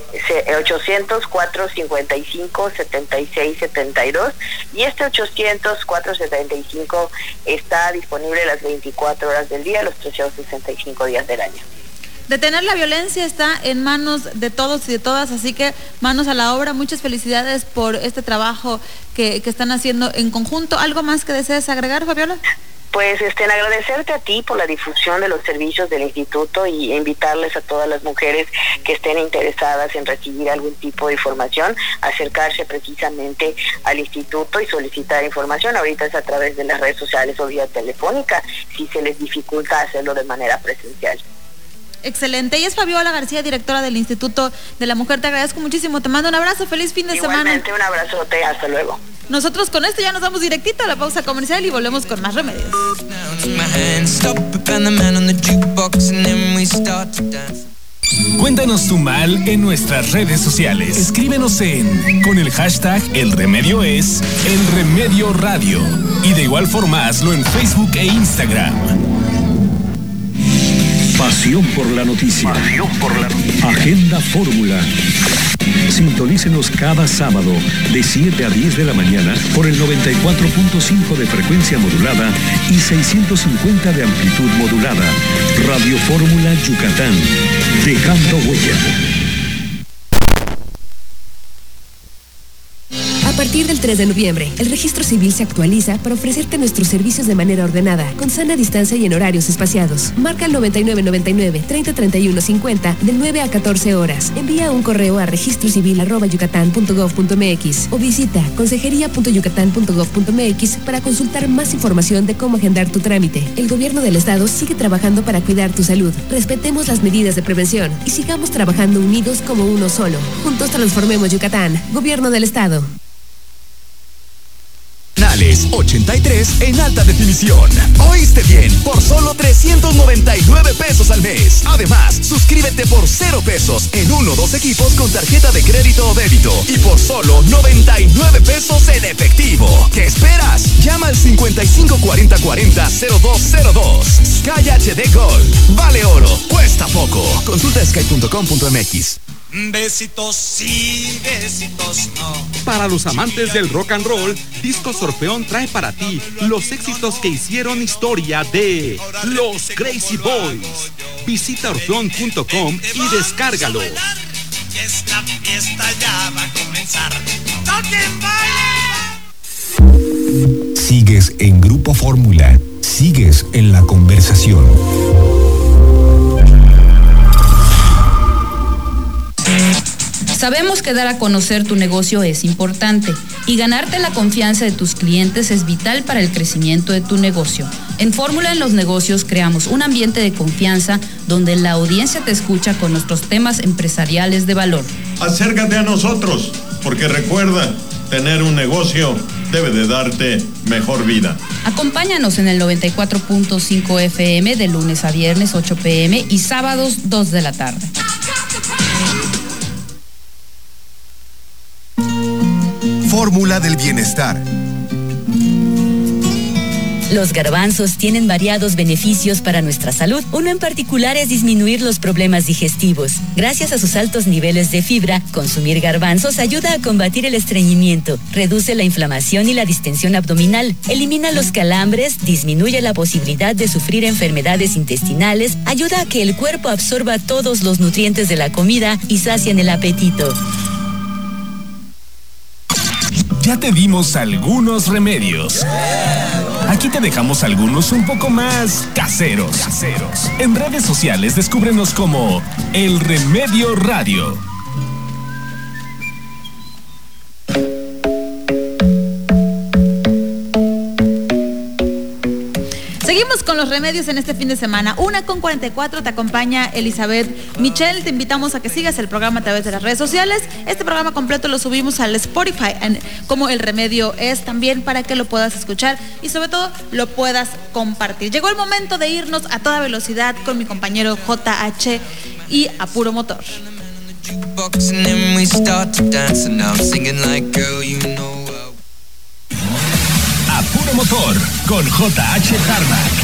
[SPEAKER 3] 800-455-7672, y este 800-475 está disponible las 24 horas del día, los 365 días del año.
[SPEAKER 10] Detener la violencia está en manos de todos y de todas, así que manos a la obra. Muchas felicidades por este trabajo que están haciendo en conjunto. ¿Algo más que desees agregar, Fabiola?
[SPEAKER 3] Pues agradecerte a ti por la difusión de los servicios del instituto y invitarles a todas las mujeres que estén interesadas en recibir algún tipo de información, acercarse precisamente al instituto y solicitar información. Ahorita es a través de las redes sociales o vía telefónica, si se les dificulta hacerlo de manera presencial.
[SPEAKER 10] Excelente. Ella es Fabiola García, directora del Instituto de la Mujer. Te agradezco muchísimo. Te mando un abrazo. Feliz fin de semana.
[SPEAKER 3] Igualmente, un abrazote. Hasta luego.
[SPEAKER 10] Nosotros con esto ya nos vamos directito a la pausa comercial y volvemos con más remedios.
[SPEAKER 1] Cuéntanos tu mal en nuestras redes sociales. Escríbenos con el hashtag El Remedio es El Remedio Radio. Y de igual forma hazlo en Facebook e Instagram.
[SPEAKER 2] Pasión por la noticia. Agenda Fórmula. Sintonícenos cada sábado de 7 a 10 de la mañana por el 94.5 de frecuencia modulada y 650 de amplitud modulada. Radio Fórmula Yucatán. Dejando huella.
[SPEAKER 4] A partir del 3 de noviembre, el registro civil se actualiza para ofrecerte nuestros servicios de manera ordenada, con sana distancia y en horarios espaciados. Marca el 9999-303150 de 9 a 14 horas. Envía un correo a registrocivil@yucatán.gov.mx o visita consejería.yucatán.gov.mx para consultar más información de cómo agendar tu trámite. El gobierno del estado sigue trabajando para cuidar tu salud. Respetemos las medidas de prevención y sigamos trabajando unidos como uno solo. Juntos transformemos Yucatán. Gobierno del estado.
[SPEAKER 5] 83 en alta definición. ¿Oíste bien? Por solo 399 pesos al mes. Además, suscríbete por 0 pesos en 1 o 2 equipos con tarjeta de crédito o débito y por solo 99 pesos en efectivo. ¿Qué esperas? Llama al 554040-0202. Sky HD Gold. Vale oro. Cuesta poco. Consulta sky.com.mx.
[SPEAKER 6] Besitos sí, besitos no.
[SPEAKER 7] Para los amantes del rock and roll, Discos Orfeón trae para ti los éxitos que hicieron historia de los Crazy Boys. Visita orfeón.com y descárgalo.
[SPEAKER 6] Esta fiesta ya va a comenzar. ¡Toquen,
[SPEAKER 23] Sigues en Grupo Fórmula. Sigues en la conversación.
[SPEAKER 8] Sabemos que dar a conocer tu negocio es importante y ganarte la confianza de tus clientes es vital para el crecimiento de tu negocio. En Fórmula en los Negocios creamos un ambiente de confianza donde la audiencia te escucha con nuestros temas empresariales de valor.
[SPEAKER 9] Acércate a nosotros, porque recuerda, tener un negocio debe de darte mejor vida.
[SPEAKER 8] Acompáñanos en el 94.5 FM de lunes a viernes 8 p.m. y sábados 2 de la tarde.
[SPEAKER 17] Fórmula del bienestar.
[SPEAKER 11] Los garbanzos tienen variados beneficios para nuestra salud. Uno en particular es disminuir los problemas digestivos. Gracias a sus altos niveles de fibra, consumir garbanzos ayuda a combatir el estreñimiento, reduce la inflamación y la distensión abdominal, elimina los calambres, disminuye la posibilidad de sufrir enfermedades intestinales, ayuda a que el cuerpo absorba todos los nutrientes de la comida y sacian el apetito.
[SPEAKER 1] Ya te dimos algunos remedios. Aquí te dejamos algunos un poco más caseros. En redes sociales descúbrenos como El Remedio Radio.
[SPEAKER 10] Seguimos con los remedios en este fin de semana. 1:44 te acompaña Elizabeth Michelle. Te invitamos a que sigas el programa a través de las redes sociales. Este programa completo lo subimos al Spotify como El Remedio es también para que lo puedas escuchar y sobre todo lo puedas compartir. Llegó el momento de irnos a toda velocidad con mi compañero JH y a puro motor.
[SPEAKER 1] A puro motor con JH Tarmac.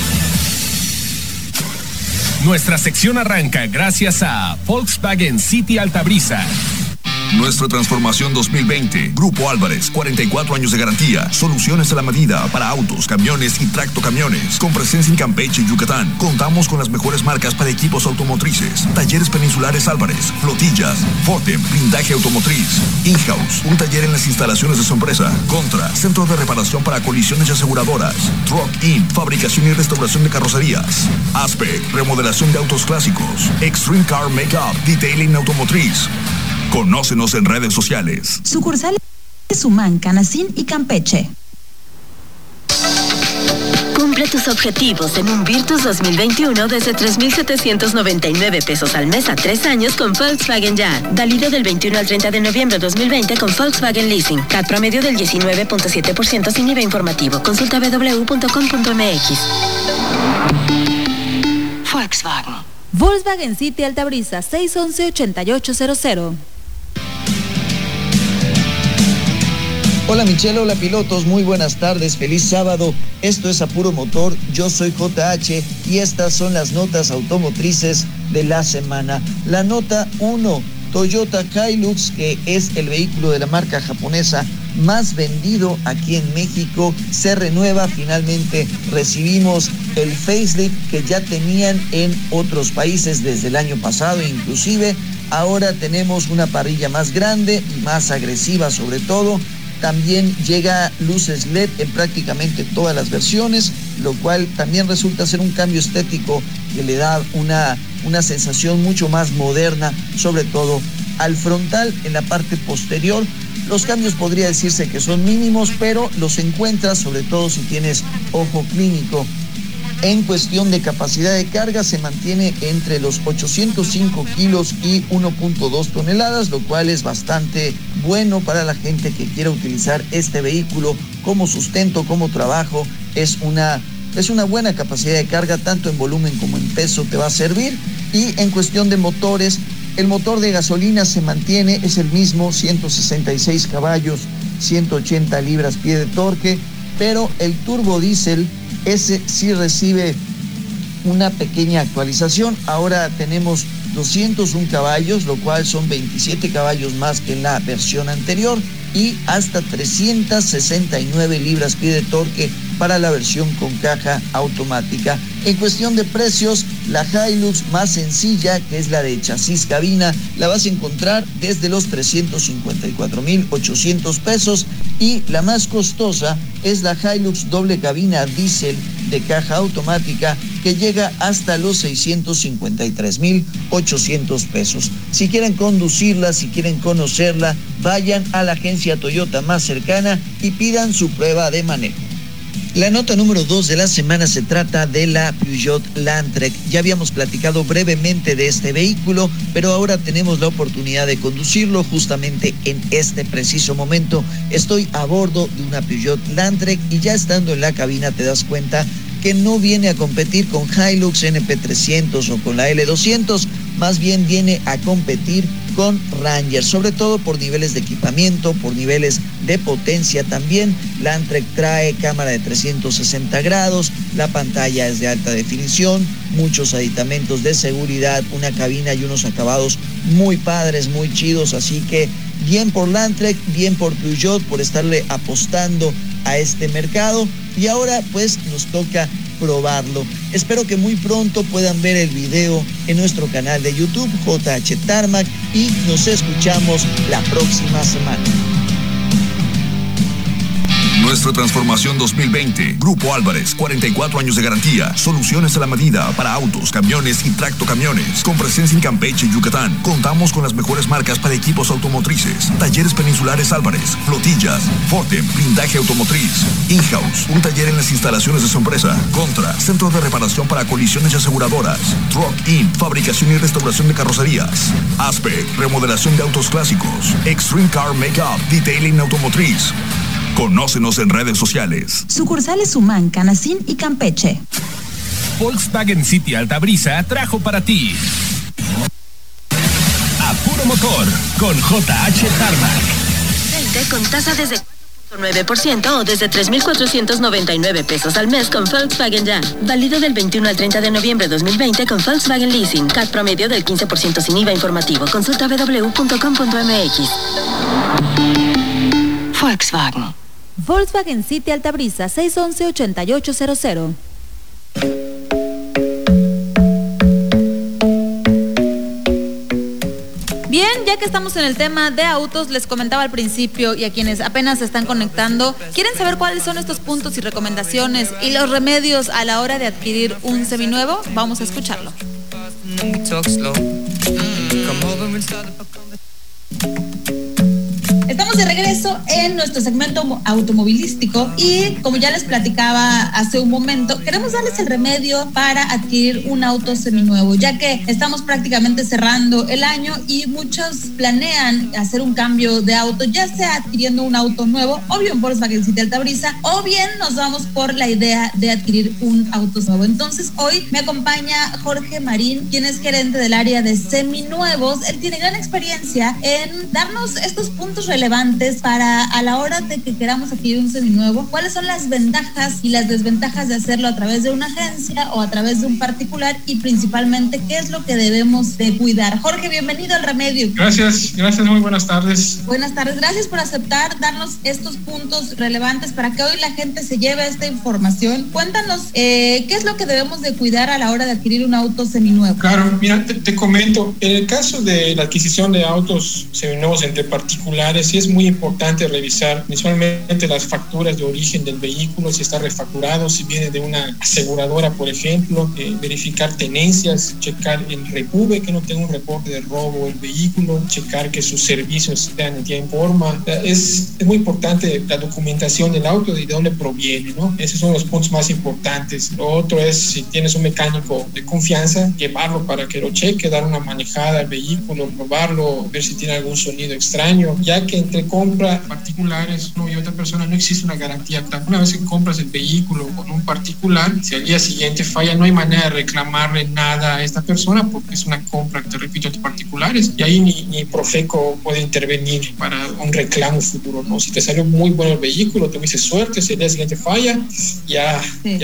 [SPEAKER 1] Nuestra sección arranca gracias a Volkswagen City Altabrisa.
[SPEAKER 17] Nuestra transformación 2020. Grupo Álvarez, 44 años de garantía. Soluciones a la medida para autos, camiones y tractocamiones. Con presencia en Campeche y Yucatán. Contamos con las mejores marcas para equipos automotrices. Talleres Peninsulares Álvarez, flotillas, Fotem, blindaje automotriz. In-house, un taller en las instalaciones de su empresa. Contra, centro de reparación para colisiones y aseguradoras. Truck In, fabricación y restauración de carrocerías. Aspect, remodelación de autos clásicos. Extreme Car Makeup, detailing automotriz. Conócenos en redes sociales.
[SPEAKER 12] Sucursales Sumán, Canacín y Campeche.
[SPEAKER 13] Cumple tus objetivos en un Virtus 2021 desde 3,799 pesos al mes a 3 años con Volkswagen Ya. Válido del 21 al 30 de noviembre de 2020 con Volkswagen Leasing. CAT promedio del 19.7% sin IVA informativo. Consulta www.com.mx.
[SPEAKER 10] Volkswagen City Altabrisa, 611-8800.
[SPEAKER 14] Hola Michelle, hola pilotos, muy buenas tardes, feliz sábado. Esto es A Puro Motor, yo soy JH y estas son las notas automotrices de la semana. La nota 1, Toyota Hilux, que es el vehículo de la marca japonesa más vendido aquí en México, se renueva. Finalmente recibimos el facelift que ya tenían en otros países desde el año pasado inclusive. Ahora tenemos una parrilla más grande y más agresiva sobre todo. También llega luces LED en prácticamente todas las versiones, lo cual también resulta ser un cambio estético que le da una sensación mucho más moderna, sobre todo al frontal. En la parte posterior los cambios podría decirse que son mínimos, pero los encuentras sobre todo si tienes ojo clínico. En cuestión de capacidad de carga se mantiene entre los 805 kilos y 1.2 toneladas, lo cual es bastante bueno para la gente que quiera utilizar este vehículo como sustento, como trabajo. Es una buena capacidad de carga, tanto en volumen como en peso te va a servir. Y en cuestión de motores, el motor de gasolina se mantiene, es el mismo, 166 caballos, 180 libras-pie de torque, pero el turbo diésel, ese sí recibe una pequeña actualización. Ahora tenemos 201 caballos, lo cual son 27 caballos más que en la versión anterior, y hasta 369 libras-pie de torque para la versión con caja automática. En cuestión de precios, la Hilux más sencilla, que es la de chasis cabina, la vas a encontrar desde los 354,800 pesos, y la más costosa es la Hilux doble cabina diésel de caja automática que llega hasta los 653,800 pesos. Si quieren conducirla, si quieren conocerla, vayan a la agencia Toyota más cercana y pidan su prueba de manejo. La nota número 2 de la semana se trata de la Peugeot Landtrek. Ya habíamos platicado brevemente de este vehículo, pero ahora tenemos la oportunidad de conducirlo justamente en este preciso momento. Estoy a bordo de una Peugeot Landtrek y ya estando en la cabina te das cuenta que no viene a competir con Hilux NP300 o con la L200, más bien viene a competir con Ranger, sobre todo por niveles de equipamiento, por niveles de potencia también. Landtrek trae cámara de 360 grados, la pantalla es de alta definición, muchos aditamentos de seguridad, una cabina y unos acabados muy padres, muy chidos, así que bien por Landtrek, bien por Peugeot por estarle apostando a este mercado y ahora pues nos toca probarlo. Espero que muy pronto puedan ver el video en nuestro canal de YouTube JH Tarmac y nos escuchamos la próxima semana.
[SPEAKER 17] Nuestra transformación 2020. Grupo Álvarez, 44 años de garantía. Soluciones a la medida para autos, camiones y tractocamiones. Con presencia en Campeche y Yucatán. Contamos con las mejores marcas para equipos automotrices. Talleres Peninsulares Álvarez, flotillas, Fortem, blindaje automotriz. In-house, un taller en las instalaciones de su empresa. Contra, centro de reparación para colisiones y aseguradoras. Truck In, fabricación y restauración de carrocerías. Aspect, remodelación de autos clásicos. Extreme Car Makeup, detailing automotriz. Conócenos en redes sociales.
[SPEAKER 12] Sucursales Humán, Canacín y Campeche.
[SPEAKER 1] Volkswagen City Altabrisa trajo para ti A Puro Motor con JH Tarmac.
[SPEAKER 13] 20 con tasa desde 9% o desde 3,499 pesos al mes con Volkswagen Ya. Válido del 21 al 30 de noviembre de 2020 con Volkswagen Leasing. CAT promedio del 15% sin IVA informativo. Consulta www.com.mx. Volkswagen.
[SPEAKER 10] Volkswagen City Altabrisa, 611-8800. Bien, ya que estamos en el tema de autos, les comentaba al principio y a quienes apenas se están conectando, ¿quieren saber cuáles son estos puntos y recomendaciones y los remedios a la hora de adquirir un seminuevo? Vamos a escucharlo. Estamos de regreso en nuestro segmento automovilístico y como ya les platicaba hace un momento, queremos darles el remedio para adquirir un auto seminuevo, ya que estamos prácticamente cerrando el año y muchos planean hacer un cambio de auto, ya sea adquiriendo un auto nuevo, o bien Volkswagen City Altabrisa, o bien nos vamos por la idea de adquirir un auto nuevo. Entonces hoy me acompaña Jorge Marín, quien es gerente del área de seminuevos. Él tiene gran experiencia en darnos estos puntos relevantes para a la hora de que queramos adquirir un seminuevo, cuáles son las ventajas y las desventajas de hacerlo a través de una agencia o a través de un particular y principalmente qué es lo que debemos de cuidar. Jorge, bienvenido al Remedio.
[SPEAKER 15] Gracias, muy buenas tardes.
[SPEAKER 10] Buenas tardes, gracias por aceptar darnos estos puntos relevantes para que hoy la gente se lleve esta información. Cuéntanos, ¿qué es lo que debemos de cuidar a la hora de adquirir un auto seminuevo?
[SPEAKER 15] Claro, mira, te comento, en el caso de la adquisición de autos seminuevos entre particulares, sí es muy importante revisar visualmente las facturas de origen del vehículo, si está refacturado, si viene de una aseguradora, por ejemplo, verificar tenencias, checar el repube, que no tenga un reporte de robo del vehículo, checar que sus servicios estén en tiempo y forma. Es muy importante la documentación del auto y de dónde proviene, ¿no? Esos son los puntos más importantes. Lo otro es, si tienes un mecánico de confianza, llevarlo para que lo cheque, dar una manejada al vehículo, probarlo, ver si tiene algún sonido extraño, ya que entre compra particulares uno y otra persona no existe una garantía. Una vez que compras el vehículo con un particular, si al día siguiente falla, no hay manera de reclamarle nada a esta persona porque es una compra, te repito, de particulares, y ahí ni Profeco puede intervenir para un reclamo futuro, ¿no? Si te salió muy bueno el vehículo, tuviste suerte, si al día siguiente falla, ya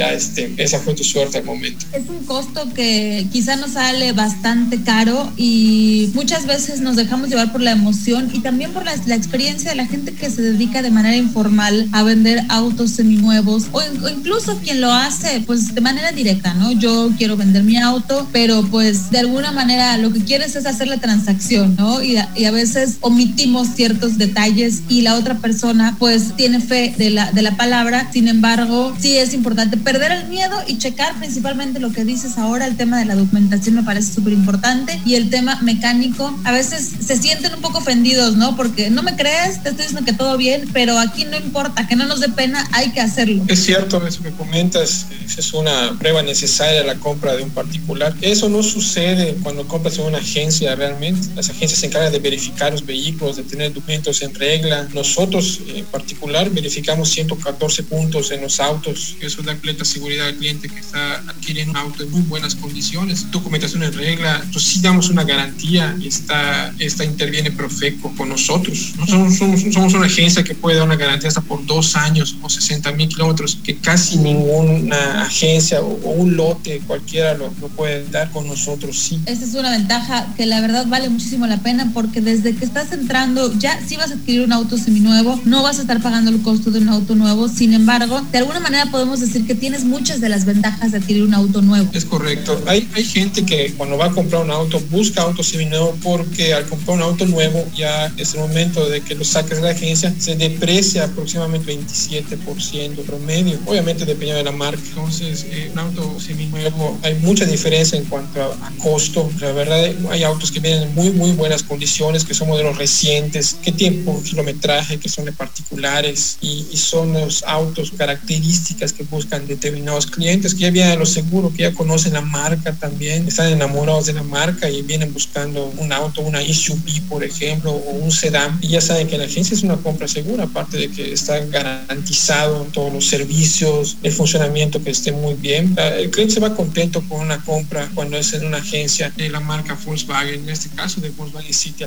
[SPEAKER 15] esa fue tu suerte al momento.
[SPEAKER 10] Es un costo que quizá nos sale bastante caro y muchas veces nos dejamos llevar por la emoción y también por la experiencia experiencia de la gente que se dedica de manera informal a vender autos seminuevos o incluso quien lo hace pues de manera directa, ¿no? Yo quiero vender mi auto, pero pues de alguna manera lo que quieres es hacer la transacción, ¿no? Y a veces omitimos ciertos detalles y la otra persona pues tiene fe de la palabra. Sin embargo, sí es importante perder el miedo y checar principalmente lo que dices ahora. El tema de la documentación me parece súper importante, y el tema mecánico, a veces se sienten un poco ofendidos, ¿no? Porque no me crees, te estoy diciendo que todo bien, pero aquí no importa, que no nos dé pena, hay que hacerlo.
[SPEAKER 15] Es cierto eso que comentas, es una prueba necesaria la compra de un particular. Eso no sucede cuando compras en una agencia realmente. Las agencias se encargan de verificar los vehículos, de tener documentos en regla. Nosotros en particular verificamos 114 puntos en los autos. Eso da completa seguridad al cliente que está adquiriendo un auto en muy buenas condiciones, documentación en regla. Entonces sí damos una garantía y esta interviene Profeco con nosotros. No somos una agencia que puede dar una garantía hasta por 2 años o 60,000 kilómetros, que casi ninguna agencia o un lote cualquiera lo puede dar. Con nosotros sí.
[SPEAKER 10] Esta es una ventaja que la verdad vale muchísimo la pena, porque desde que estás entrando ya si vas a adquirir un auto seminuevo, no vas a estar pagando el costo de un auto nuevo. Sin embargo, de alguna manera podemos decir que tienes muchas de las ventajas de adquirir un auto nuevo.
[SPEAKER 15] Es correcto. Hay gente que cuando va a comprar un auto busca auto seminuevo, porque al comprar un auto nuevo ya es el momento de que lo saques de la agencia, se deprecia aproximadamente 27% promedio, obviamente dependiendo de la marca. Entonces un auto seminuevo hay mucha diferencia en cuanto a costo. La verdad, hay autos que vienen en muy muy buenas condiciones, que son modelos recientes, que tienen poco kilometraje, que son de particulares, y son los autos características que buscan determinados clientes que ya vienen a lo seguro, que ya conocen la marca también, están enamorados de la marca y vienen buscando un auto, una SUV por ejemplo, o un sedán, y ya saben que la agencia es una compra segura, aparte de que está garantizado todos los servicios, el funcionamiento que esté muy bien. El cliente se va contento con una compra cuando es en una agencia de la marca Volkswagen, en este caso de Volkswagen City.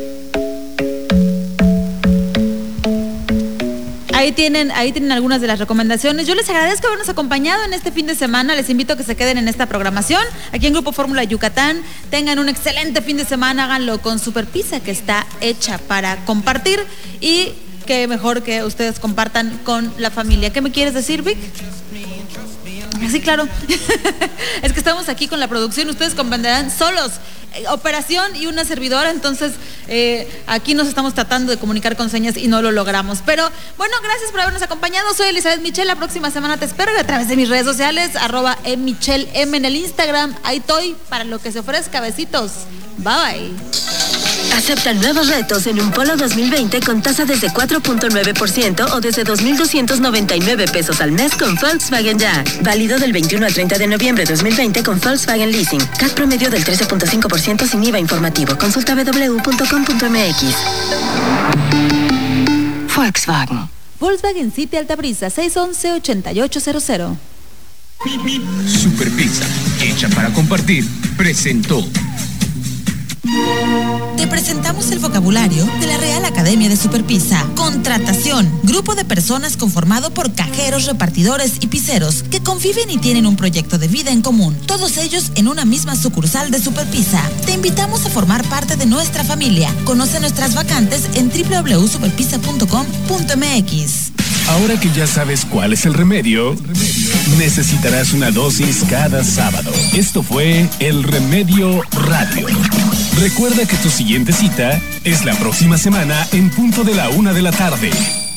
[SPEAKER 10] Ahí tienen algunas de las recomendaciones. Yo les agradezco habernos acompañado en este fin de semana. Les invito a que se queden en esta programación aquí en Grupo Fórmula Yucatán. Tengan un excelente fin de semana. Háganlo con Super Pizza, que está hecha para compartir, y que mejor que ustedes compartan con la familia. ¿Qué me quieres decir, Vic? Sí, claro. Es que estamos aquí con la producción, ustedes comprenderán, solos. Operación y una servidora, entonces aquí nos estamos tratando de comunicar con señas y no lo logramos. Pero bueno, gracias por habernos acompañado. Soy Elizabeth Michel. La próxima semana te espero a través de mis redes sociales, @michelm en el Instagram. Ahí estoy para lo que se ofrezca. Besitos. Bye bye.
[SPEAKER 13] Acepta nuevos retos en un Polo 2020 con tasa desde 4.9% o desde 2,299 pesos al mes con Volkswagen Ya. Válido del 21 al 30 de noviembre de 2020 con Volkswagen Leasing. CAT promedio del 13.5% sin IVA informativo. Consulta www.com.mx. Volkswagen.
[SPEAKER 10] Volkswagen City Altabrisa, 611-8800.
[SPEAKER 2] Super Pizza, hecha para compartir, presentó.
[SPEAKER 16] Te presentamos el vocabulario de la Real Academia de Superpizza. Contratación. Grupo de personas conformado por cajeros, repartidores y pizzeros que conviven y tienen un proyecto de vida en común. Todos ellos en una misma sucursal de Superpizza. Te invitamos a formar parte de nuestra familia. Conoce nuestras vacantes en www.superpizza.com.mx.
[SPEAKER 1] Ahora que ya sabes cuál es el remedio, necesitarás una dosis cada sábado. Esto fue El Remedio Radio. Recuerda que tu siguiente cita es la próxima semana en punto de la 1 de la tarde.